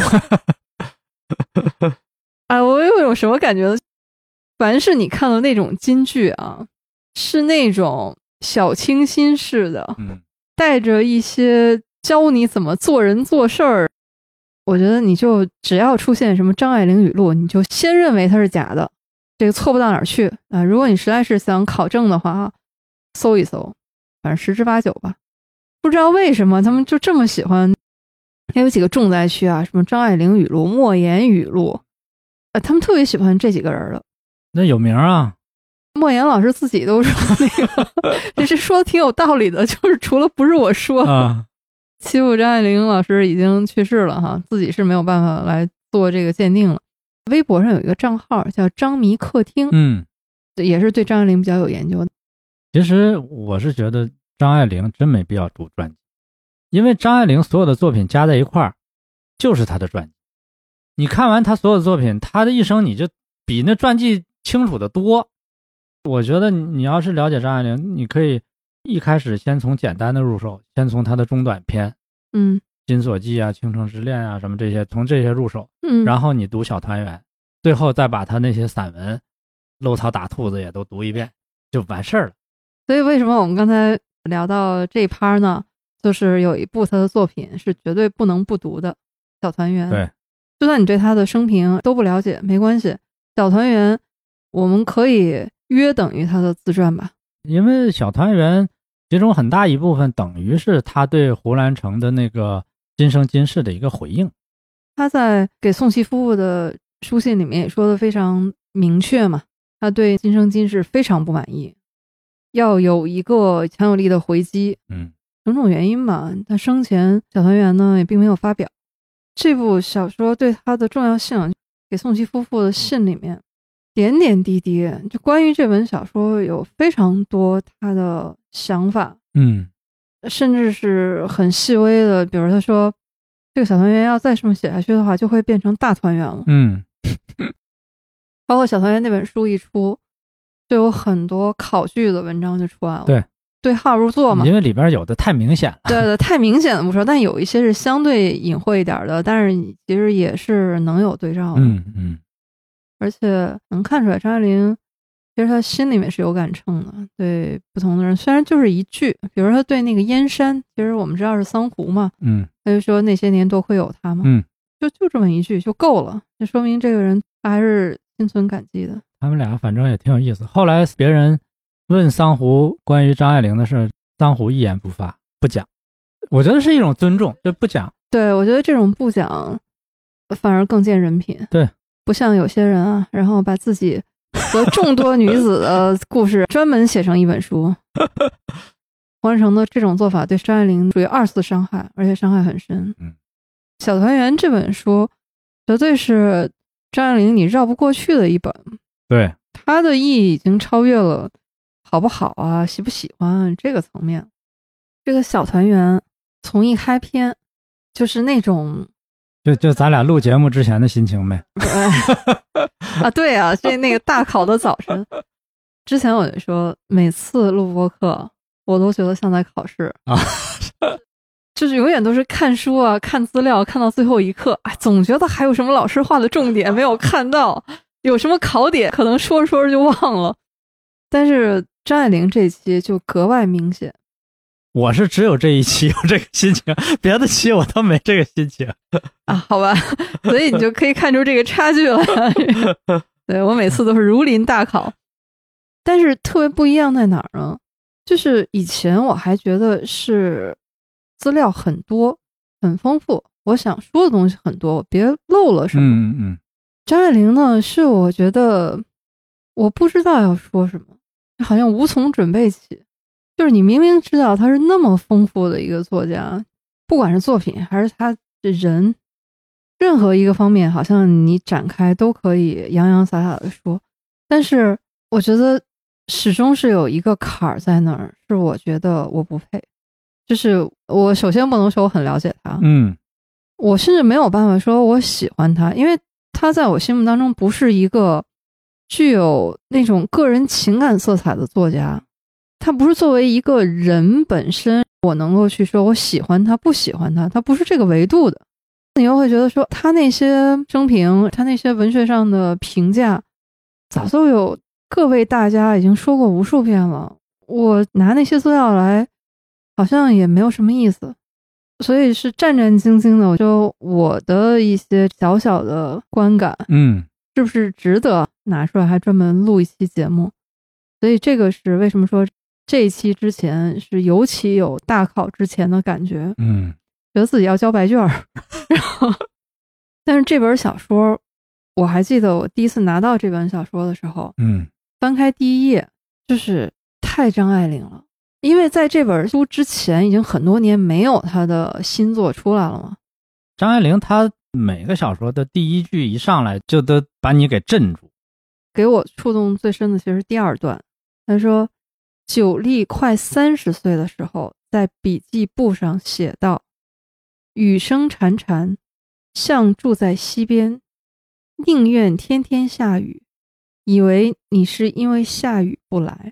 我有种什么感觉呢？凡是你看到那种金句是那种小清新式的，带着一些教你怎么做人做事儿，我觉得你就只要出现什么张爱玲语录，你就先认为它是假的，这个错不到哪儿去如果你实在是想考证的话搜一搜，反正10之8九吧。不知道为什么他们就这么喜欢，还有几个重灾区什么张爱玲语录、莫言语录，他们特别喜欢这几个人的。 那有名莫言老师自己都说那个，这是说的挺有道理的，就是除了不是我说，欺负张爱玲老师已经去世了哈，自己是没有办法来做这个鉴定了。微博上有一个账号叫张迷客厅，也是对张爱玲比较有研究的。 其实我是觉得张爱玲真没必要读传记，因为张爱玲所有的作品加在一块儿就是她的传记。你看完她所有的作品，她的一生你就比那传记清楚的多。我觉得你要是了解张爱玲，你可以一开始先从简单的入手，先从她的中短篇，金锁记啊、倾城之恋啊什么这些，从这些入手，然后你读小团圆，最后再把她那些散文漏草打兔子也都读一遍，就完事儿了。 所以为什么我们刚才聊到这一趴呢？就是有一部她的作品是绝对不能不读的，小团圆。 对， 就算你对她的生平都不了解没关系，小团圆我们可以约等于她的自传吧。 因为小团圆其中很大一部分等于是她对胡兰成的那个今生今世的一个回应。 她在给宋琦夫妇的书信里面也说的非常明确嘛，她对今生今世非常不满意，要有一个强有力的回击。种种原因吧，他生前小团圆呢也并没有发表。这部小说对他的重要性，给宋琦夫妇的信里面点点滴滴，就关于这本小说有非常多他的想法，甚至是很细微的，比如他说这个小团圆要再这么写下去的话，就会变成大团圆了。包括小团圆那本书一出，就有很多考据的文章就出来了。对号入座嘛， 因为里边有的太明显了。 对，太明显了不说，但有一些是相对隐晦一点的，但是其实也是能有对照的。而且能看出来张爱玲其实她心里面是有杆秤的，对不同的人，虽然就是一句，比如说对那个燕山，其实我们知道是桑湖嘛，他就说那些年多亏有他嘛，就这么一句就够了，就说明这个人他还是心存感激的。 他们俩反正也挺有意思。后来别人问桑湖关于张爱玲的事，桑湖一言不发，不讲。我觉得是一种尊重，就不讲。 对，我觉得这种不讲反而更见人品。 对， 不像有些人啊，然后把自己和众多女子的故事专门写成一本书。胡兰成的这种做法对张爱玲属于二次伤害，而且伤害很深。小团圆这本书绝对是张爱玲你绕不过去的一本。 对， 它的意义已经超越了好不好啊，喜不喜欢这个层面。这个小团圆从一开篇就是那种就咱俩录节目之前的心情呗。 对啊，那个大考的早晨之前我就说每次录播课我都觉得像在考试啊，就是永远都是看书啊，看资料，看到最后一刻，总觉得还有什么老师画的重点没有看到，有什么考点可能说着说着就忘了。但是张爱玲这一期就格外明显。 我是只有这一期有这个心情，别的期我都没这个心情啊，好吧，所以你就可以看出这个差距了。对，我每次都是如临大考，但是特别不一样在哪儿呢？就是以前我还觉得是资料很多很丰富，我想说的东西很多，我别漏了什么。张爱玲呢，是我觉得我不知道要说什么，好像无从准备起。就是你明明知道他是那么丰富的一个作家，不管是作品还是他的人，任何一个方面好像你展开都可以洋洋洒洒的说，但是我觉得始终是有一个坎儿在那儿，是我觉得我不配。就是我首先不能说我很了解他，我甚至没有办法说我喜欢他，因为他在我心目当中不是一个具有那种个人情感色彩的作家。他不是作为一个人本身我能够去说我喜欢他不喜欢他，他不是这个维度的。你又会觉得说他那些生平，他那些文学上的评价早就有各位大家已经说过无数遍了，我拿那些资料来好像也没有什么意思，所以是战战兢兢的。就我的一些小小的观感，是不是值得拿出来还专门录一期节目？所以这个是为什么说这一期之前是尤其有大考之前的感觉，觉得自己要交白卷然后但是这本小说我还记得我第一次拿到这本小说的时候， 翻开第一页，就是太张爱玲了。因为在这本书之前已经很多年没有她的新作出来了嘛。 张爱玲她每个小说的第一句一上来就都把你给镇住。 给我触动最深的其实是第二段，她说九莉快30岁的时候在笔记簿上写道，雨声潺潺，像住在溪边，宁愿天天下雨，以为你是因为下雨不来。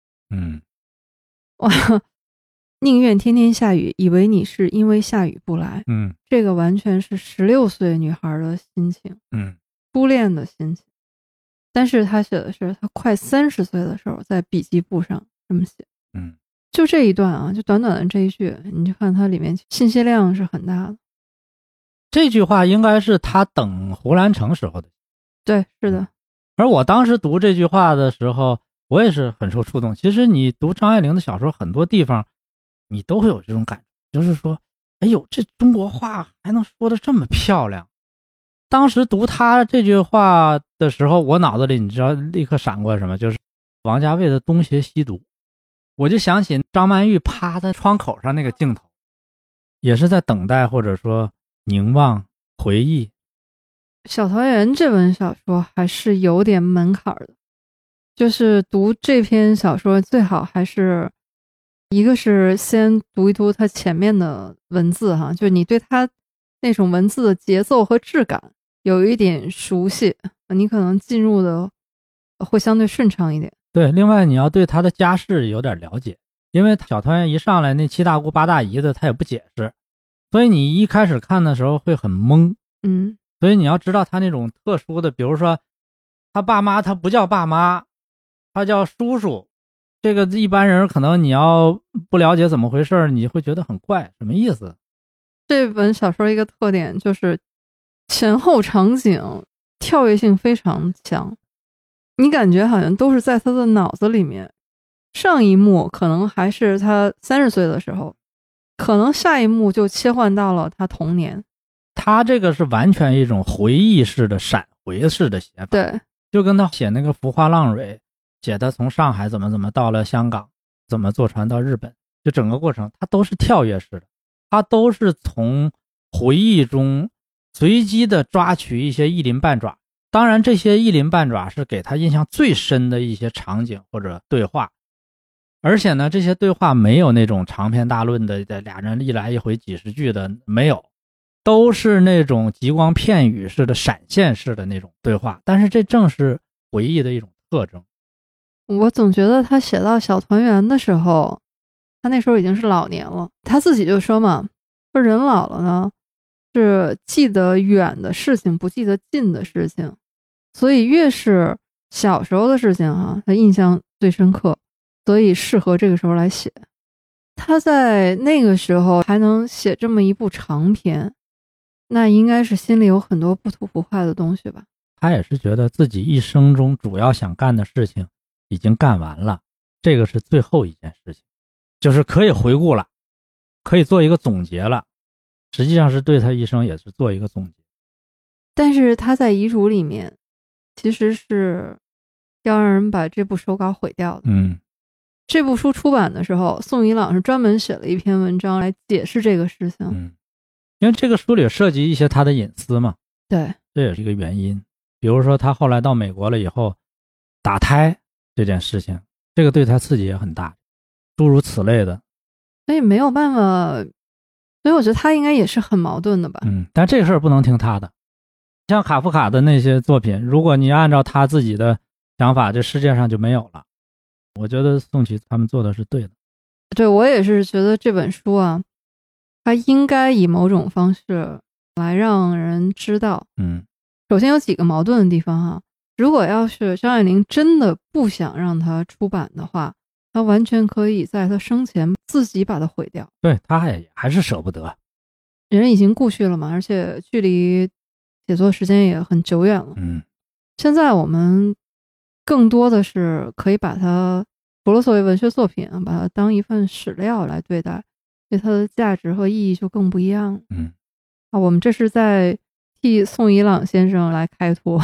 哇，宁愿天天下雨，以为你是因为下雨不来。这个完全是16岁女孩的心情，初恋的心情。但是她写的是她快30岁的时候在笔记簿上这么写。就这一段啊，就短短的这一句，你就看它里面信息量是很大的。 这句话应该是他等胡兰成时候的。 对，是的。 而我当时读这句话的时候，我也是很受触动。其实你读张爱玲的小说，很多地方你都会有这种感觉，就是说，哎呦，这中国话还能说得这么漂亮。当时读他这句话的时候，我脑子里你知道立刻闪过什么，就是王家卫的东邪西毒。我就想起张曼玉趴在窗口上那个镜头，也是在等待或者说凝望回忆。 小团圆这本小说还是有点门槛的，就是读这篇小说最好还是一个是先读一读它前面的文字哈，就是你对它那种文字的节奏和质感有一点熟悉，你可能进入的会相对顺畅一点。 对，另外你要对他的家世有点了解，因为小团圆一上来那7大姑8大姨的他也不解释，所以你一开始看的时候会很懵。所以你要知道他那种特殊的，比如说他爸妈他不叫爸妈，他叫叔叔，这个一般人可能你要不了解怎么回事，你会觉得很怪，什么意思？ 这本小说一个特点就是前后场景跳跃性非常强，你感觉好像都是在他的脑子里面，上一幕可能还是他30岁的时候，可能下一幕就切换到了他童年。 他这个是完全一种回忆式的闪回式的写法。 对， 就跟他写那个浮华浪蕊，写他从上海怎么到了香港，怎么坐船到日本，就整个过程他都是跳跃式的，他都是从回忆中随机的抓取一些一鳞半爪。当然这些一鳞半爪是给他印象最深的一些场景或者对话，而且呢这些对话没有那种长篇大论的俩人一来一回几十句的，没有，都是那种极光片语式的闪现式的那种对话，但是这正是回忆的一种特征。 我总觉得他写到小团圆的时候，他那时候已经是老年了，他自己就说嘛，说人老了呢是记得远的事情不记得近的事情，所以越是小时候的事情他印象最深刻，所以适合这个时候来写。他在那个时候还能写这么一部长篇，那应该是心里有很多不吐不快的东西吧。 他也是觉得自己一生中主要想干的事情已经干完了，这个是最后一件事情，就是可以回顾了，可以做一个总结了，实际上是对他一生也是做一个总结。 但是他在遗嘱里面其实是要让人把这部手稿毁掉的。这部书出版的时候，宋怡朗是专门写了一篇文章来解释这个事情。 因为这个书里涉及一些他的隐私嘛， 对， 这也是一个原因。比如说他后来到美国了以后打胎这件事情，这个对他刺激也很大，诸如此类的。 所以没有办法，所以我觉得他应该也是很矛盾的吧。 但这个事儿不能听他的。像卡夫卡的那些作品，如果你按照他自己的想法，这世界上就没有了。我觉得宋琦他们做的是对的。 对，我也是觉得这本书它应该以某种方式来让人知道。首先有几个矛盾的地方如果要是张爱玲真的不想让它出版的话，她完全可以在她生前自己把它毁掉。 对，她还是舍不得， 人已经故去了嘛，而且距离写作时间也很久远了。现在我们更多的是可以把它除了作为文学作品把它当一份史料来对待，对它的价值和意义就更不一样了。我们这是在替宋怡朗先生来开脱。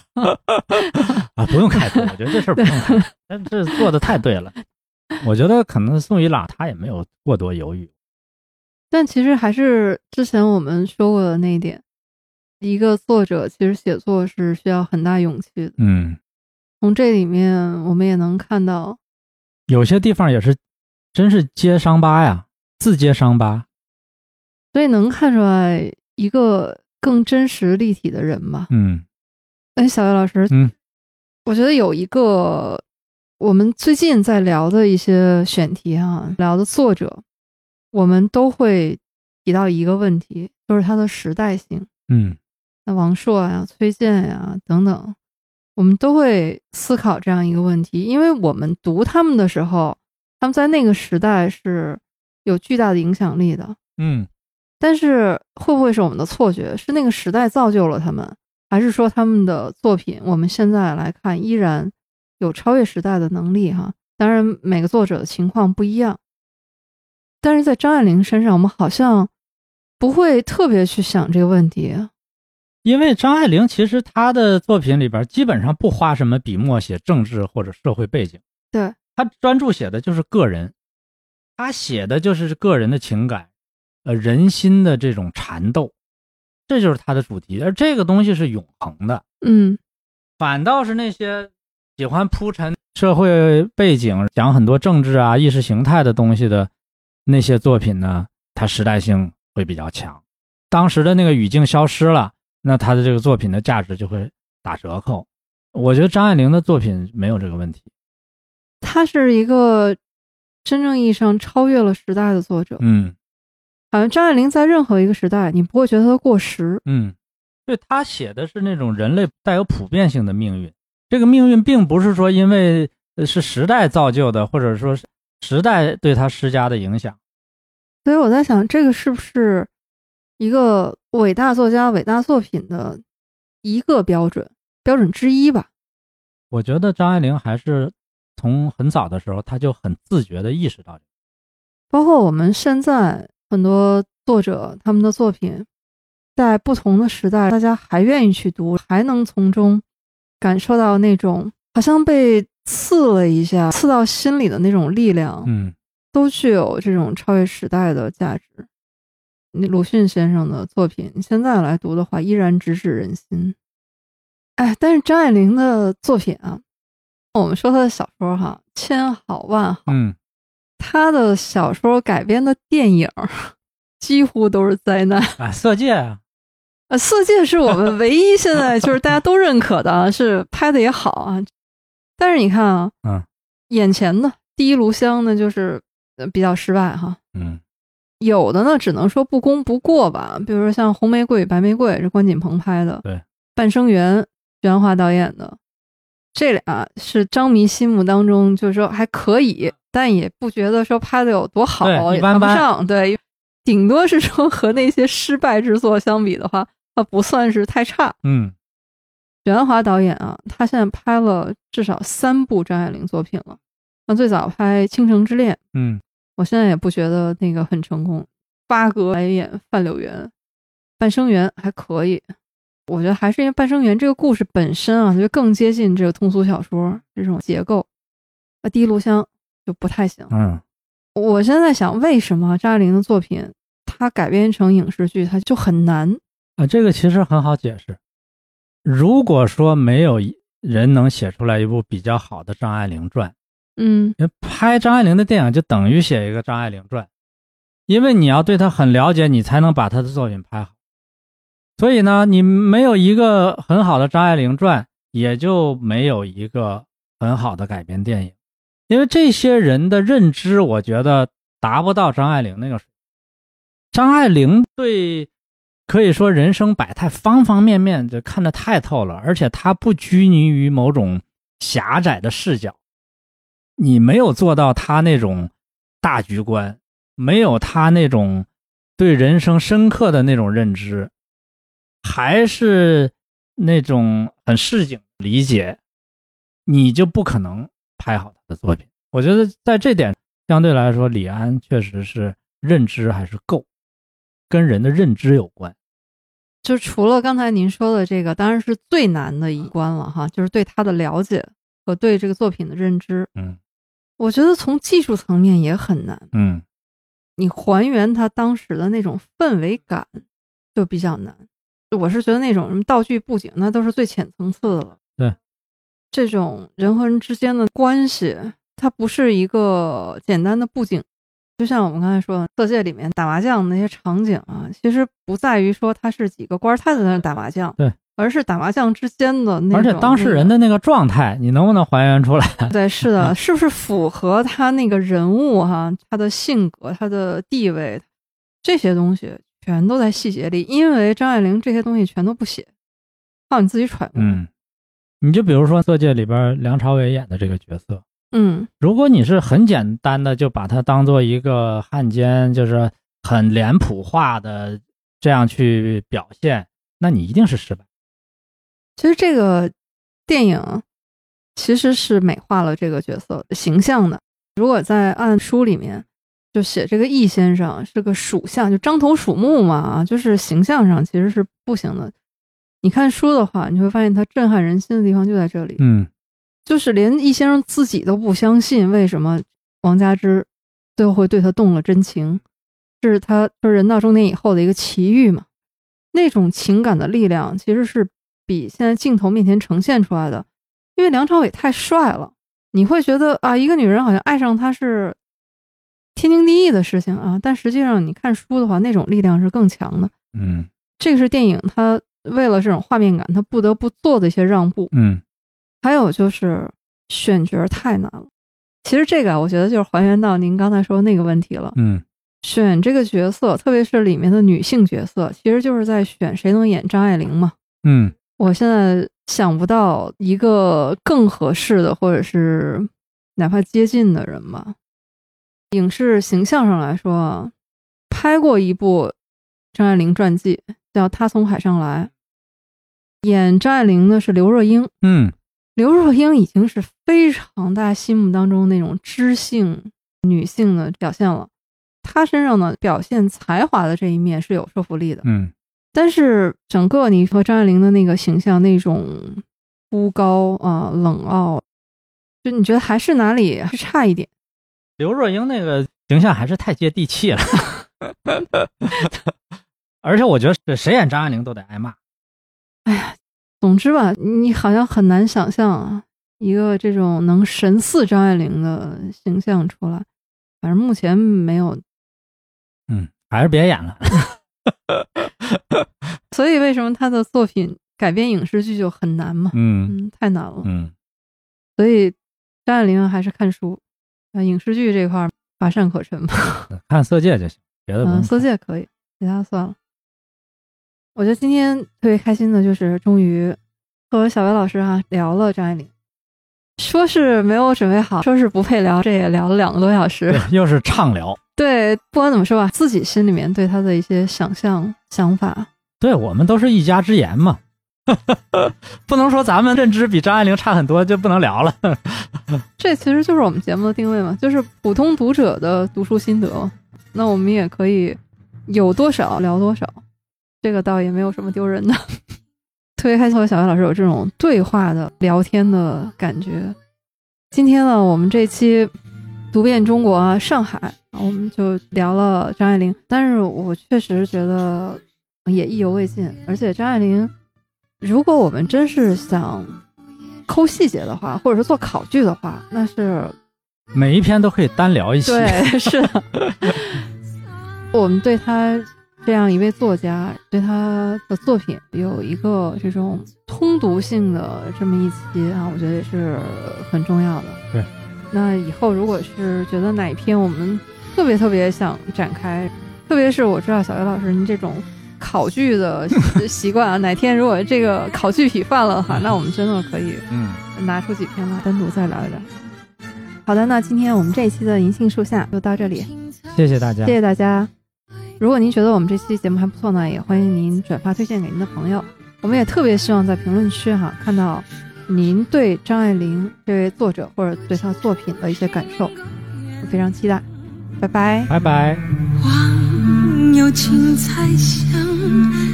啊，不用开脱，我觉得这事儿不用开脱，但这做的太对了。我觉得可能宋一朗他也没有过多犹豫。 但其实还是之前我们说过的那一点，一个作者其实写作是需要很大勇气的。从这里面我们也能看到， 有些地方也是真是揭伤疤呀，自揭伤疤。 所以能看出来一个更真实立体的人吧。小岳老师，我觉得有一个我们最近在聊的一些选题聊的作者，我们都会提到一个问题，就是它的时代性。那王朔呀、崔健呀等等，我们都会思考这样一个问题，因为我们读他们的时候，他们在那个时代是有巨大的影响力的。但是会不会是我们的错觉？是那个时代造就了他们，还是说他们的作品我们现在来看依然有超越时代的能力当然每个作者的情况不一样，但是在张爱玲身上我们好像不会特别去想这个问题。 因为张爱玲其实她的作品里边基本上不花什么笔墨写政治或者社会背景， 对， 她专注写的就是个人，她写的就是个人的情感，人心的这种缠斗，这就是她的主题，而这个东西是永恒的。反倒是那些喜欢铺陈社会背景，讲很多政治啊、意识形态的东西的那些作品呢，它时代性会比较强，当时的那个语境消失了，那他的这个作品的价值就会打折扣。我觉得张爱玲的作品没有这个问题， 他是一个真正意义上超越了时代的作者。好像张爱玲在任何一个时代你不会觉得她过时。 对，他写的是那种人类带有普遍性的命运，这个命运并不是说因为是时代造就的，或者说是时代对他施加的影响。 所以我在想，这个是不是一个伟大作家伟大作品的一个标准之一吧？ 我觉得张爱玲还是从很早的时候他就很自觉地意识到， 包括我们现在很多作者他们的作品在不同的时代大家还愿意去读，还能从中感受到那种好像被刺了一下刺到心里的那种力量。都具有这种超越时代的价值。鲁迅先生的作品现在来读的话依然直指人心。但是张爱玲的作品我们说她的小说千好万好，她的小说改编的电影几乎都是灾难。 色戒色戒是我们唯一现在就是大家都认可的是拍的也好但是你看眼前的第一炉香呢就是比较失败有的呢只能说不攻不过吧，比如说像红玫瑰白玫瑰是关锦鹏拍的， 对， 半生缘徐安华导演的，这俩是张迷心目当中就是说还可以，但也不觉得说拍的有多好， 一般般， 也谈不上，对，顶多是说和那些失败之作相比的话它不算是太差。许鞍华导演他现在拍了至少3部张爱玲作品了。那最早拍《倾城之恋》，我现在也不觉得那个很成功。八哥来演范柳原，半生缘还可以，我觉得还是因为半生缘这个故事本身就更接近这个通俗小说这种结构。第一炉香就不太行。我现在想，为什么张爱玲的作品它改编成影视剧它就很难这个其实很好解释。如果说没有人能写出来一部比较好的张爱玲传，拍张爱玲的电影就等于写一个张爱玲传，因为你要对她很了解，你才能把她的作品拍好。所以呢，你没有一个很好的张爱玲传，也就没有一个很好的改编电影。因为这些人的认知，我觉得达不到张爱玲那个水平。张爱玲对可以说人生百态方方面面就看得太透了，而且她不拘泥于某种狭窄的视角。你没有做到他那种大局观，没有他那种对人生深刻的那种认知，还是那种很市井理解，你就不可能拍好他的作品。我觉得在这点相对来说，李安确实是认知还是够，跟人的认知有关。 就除了刚才您说的这个，当然是最难的一关了哈，就是对他的了解和对这个作品的认知。我觉得从技术层面也很难。你还原他当时的那种氛围感就比较难。我是觉得那种什么道具布景那都是最浅层次的了。 对， 这种人和人之间的关系，它不是一个简单的布景。就像我们刚才说的色戒里面打麻将那些场景啊，其实不在于说他是几个官太太在那打麻将， 对， 而是打麻将之间的那种， 而且当事人的那个状态你能不能还原出来？ 对，是的，是不是符合他那个人物哈，他的性格，他的地位，这些东西全都在细节里。因为张爱玲这些东西全都不写，靠你自己揣摩。 你就比如说色戒里边梁朝伟演的这个角色，如果你是很简单的就把它当做一个汉奸，就是很脸谱化的这样去表现，那你一定是失败。 其实这个电影其实是美化了这个角色形象的。如果在按书里面就写这个易先生是个属相，就獐头鼠目嘛，就是形象上其实是不行的。你看书的话，你会发现他震撼人心的地方就在这里。就是连易先生自己都不相信为什么王佳芝最后会对他动了真情，是他就是人到中年以后的一个奇遇嘛。那种情感的力量其实是比现在镜头面前呈现出来的，因为梁朝伟太帅了，你会觉得啊，一个女人好像爱上他是天经地义的事情啊，但实际上你看书的话，那种力量是更强的。这个是电影它为了这种画面感它不得不做的一些让步。还有就是选角太难了。其实这个我觉得就是还原到您刚才说的那个问题了。选这个角色，特别是里面的女性角色，其实就是在选谁能演张爱玲嘛。我现在想不到一个更合适的，或者是哪怕接近的人吧。影视形象上来说，拍过一部张爱玲传记，叫《她从海上来》，演张爱玲的是刘若英。刘若英已经是非常大家心目当中那种知性女性的表现了，她身上的表现才华的这一面是有说服力的。但是整个你和张爱玲的那个形象，那种孤高啊、冷傲，就你觉得还是哪里是差一点。 刘若英那个形象还是太接地气了。而且我觉得谁演张爱玲都得挨骂。 哎呀，总之吧，你好像很难想象啊，一个这种能神似张爱玲的形象出来。反正目前没有。 还是别演了。 所以为什么他的作品改编影视剧就很难嘛？太难了。所以张爱玲还是看书，影视剧这块乏善可陈吧。 看色戒就行，别的不用。 色戒可以，其他算了。我觉得今天特别开心的就是终于和小白老师聊了张爱玲，说是没有准备好，说是不配聊，这也聊了2个多小时， 又是畅聊。 对，不管怎么说吧，自己心里面对他的一些想象想法， 对，我们都是一家之言嘛。不能说咱们认知比张爱玲差很多就不能聊了。 这其实就是我们节目的定位嘛，就是普通读者的读书心得，那我们也可以有多少聊多少，这个倒也没有什么丢人的。特别开心和小白老师有这种对话的聊天的感觉。今天呢，我们这期读遍中国上海，我们就聊了张爱玲，但是我确实觉得也意犹未尽。而且张爱玲，如果我们真是想抠细节的话，或者是做考据的话，那是每一篇都可以单聊一期。 对，是的。我们对他这样一位作家，对他的作品有一个这种通读性的这么一期我觉得也是很重要的。 对， 那以后如果是觉得哪一篇我们特别特别想展开，特别是我知道小岳老师您这种考据的习惯哪天如果这个考据体犯了的话，那我们真的可以拿出几篇来单独再聊一聊。好的，那今天我们这一期的银杏树下就到这里， 谢谢大家， 谢谢大家。如果您觉得我们这期节目还不错呢，也欢迎您转发推荐给您的朋友。我们也特别希望在评论区看到您对张爱玲这位作者或者对她作品的一些感受，我非常期待。拜拜， 拜拜。 望有青菜香，可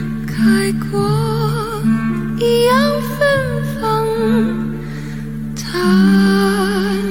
海过一样芬芳，它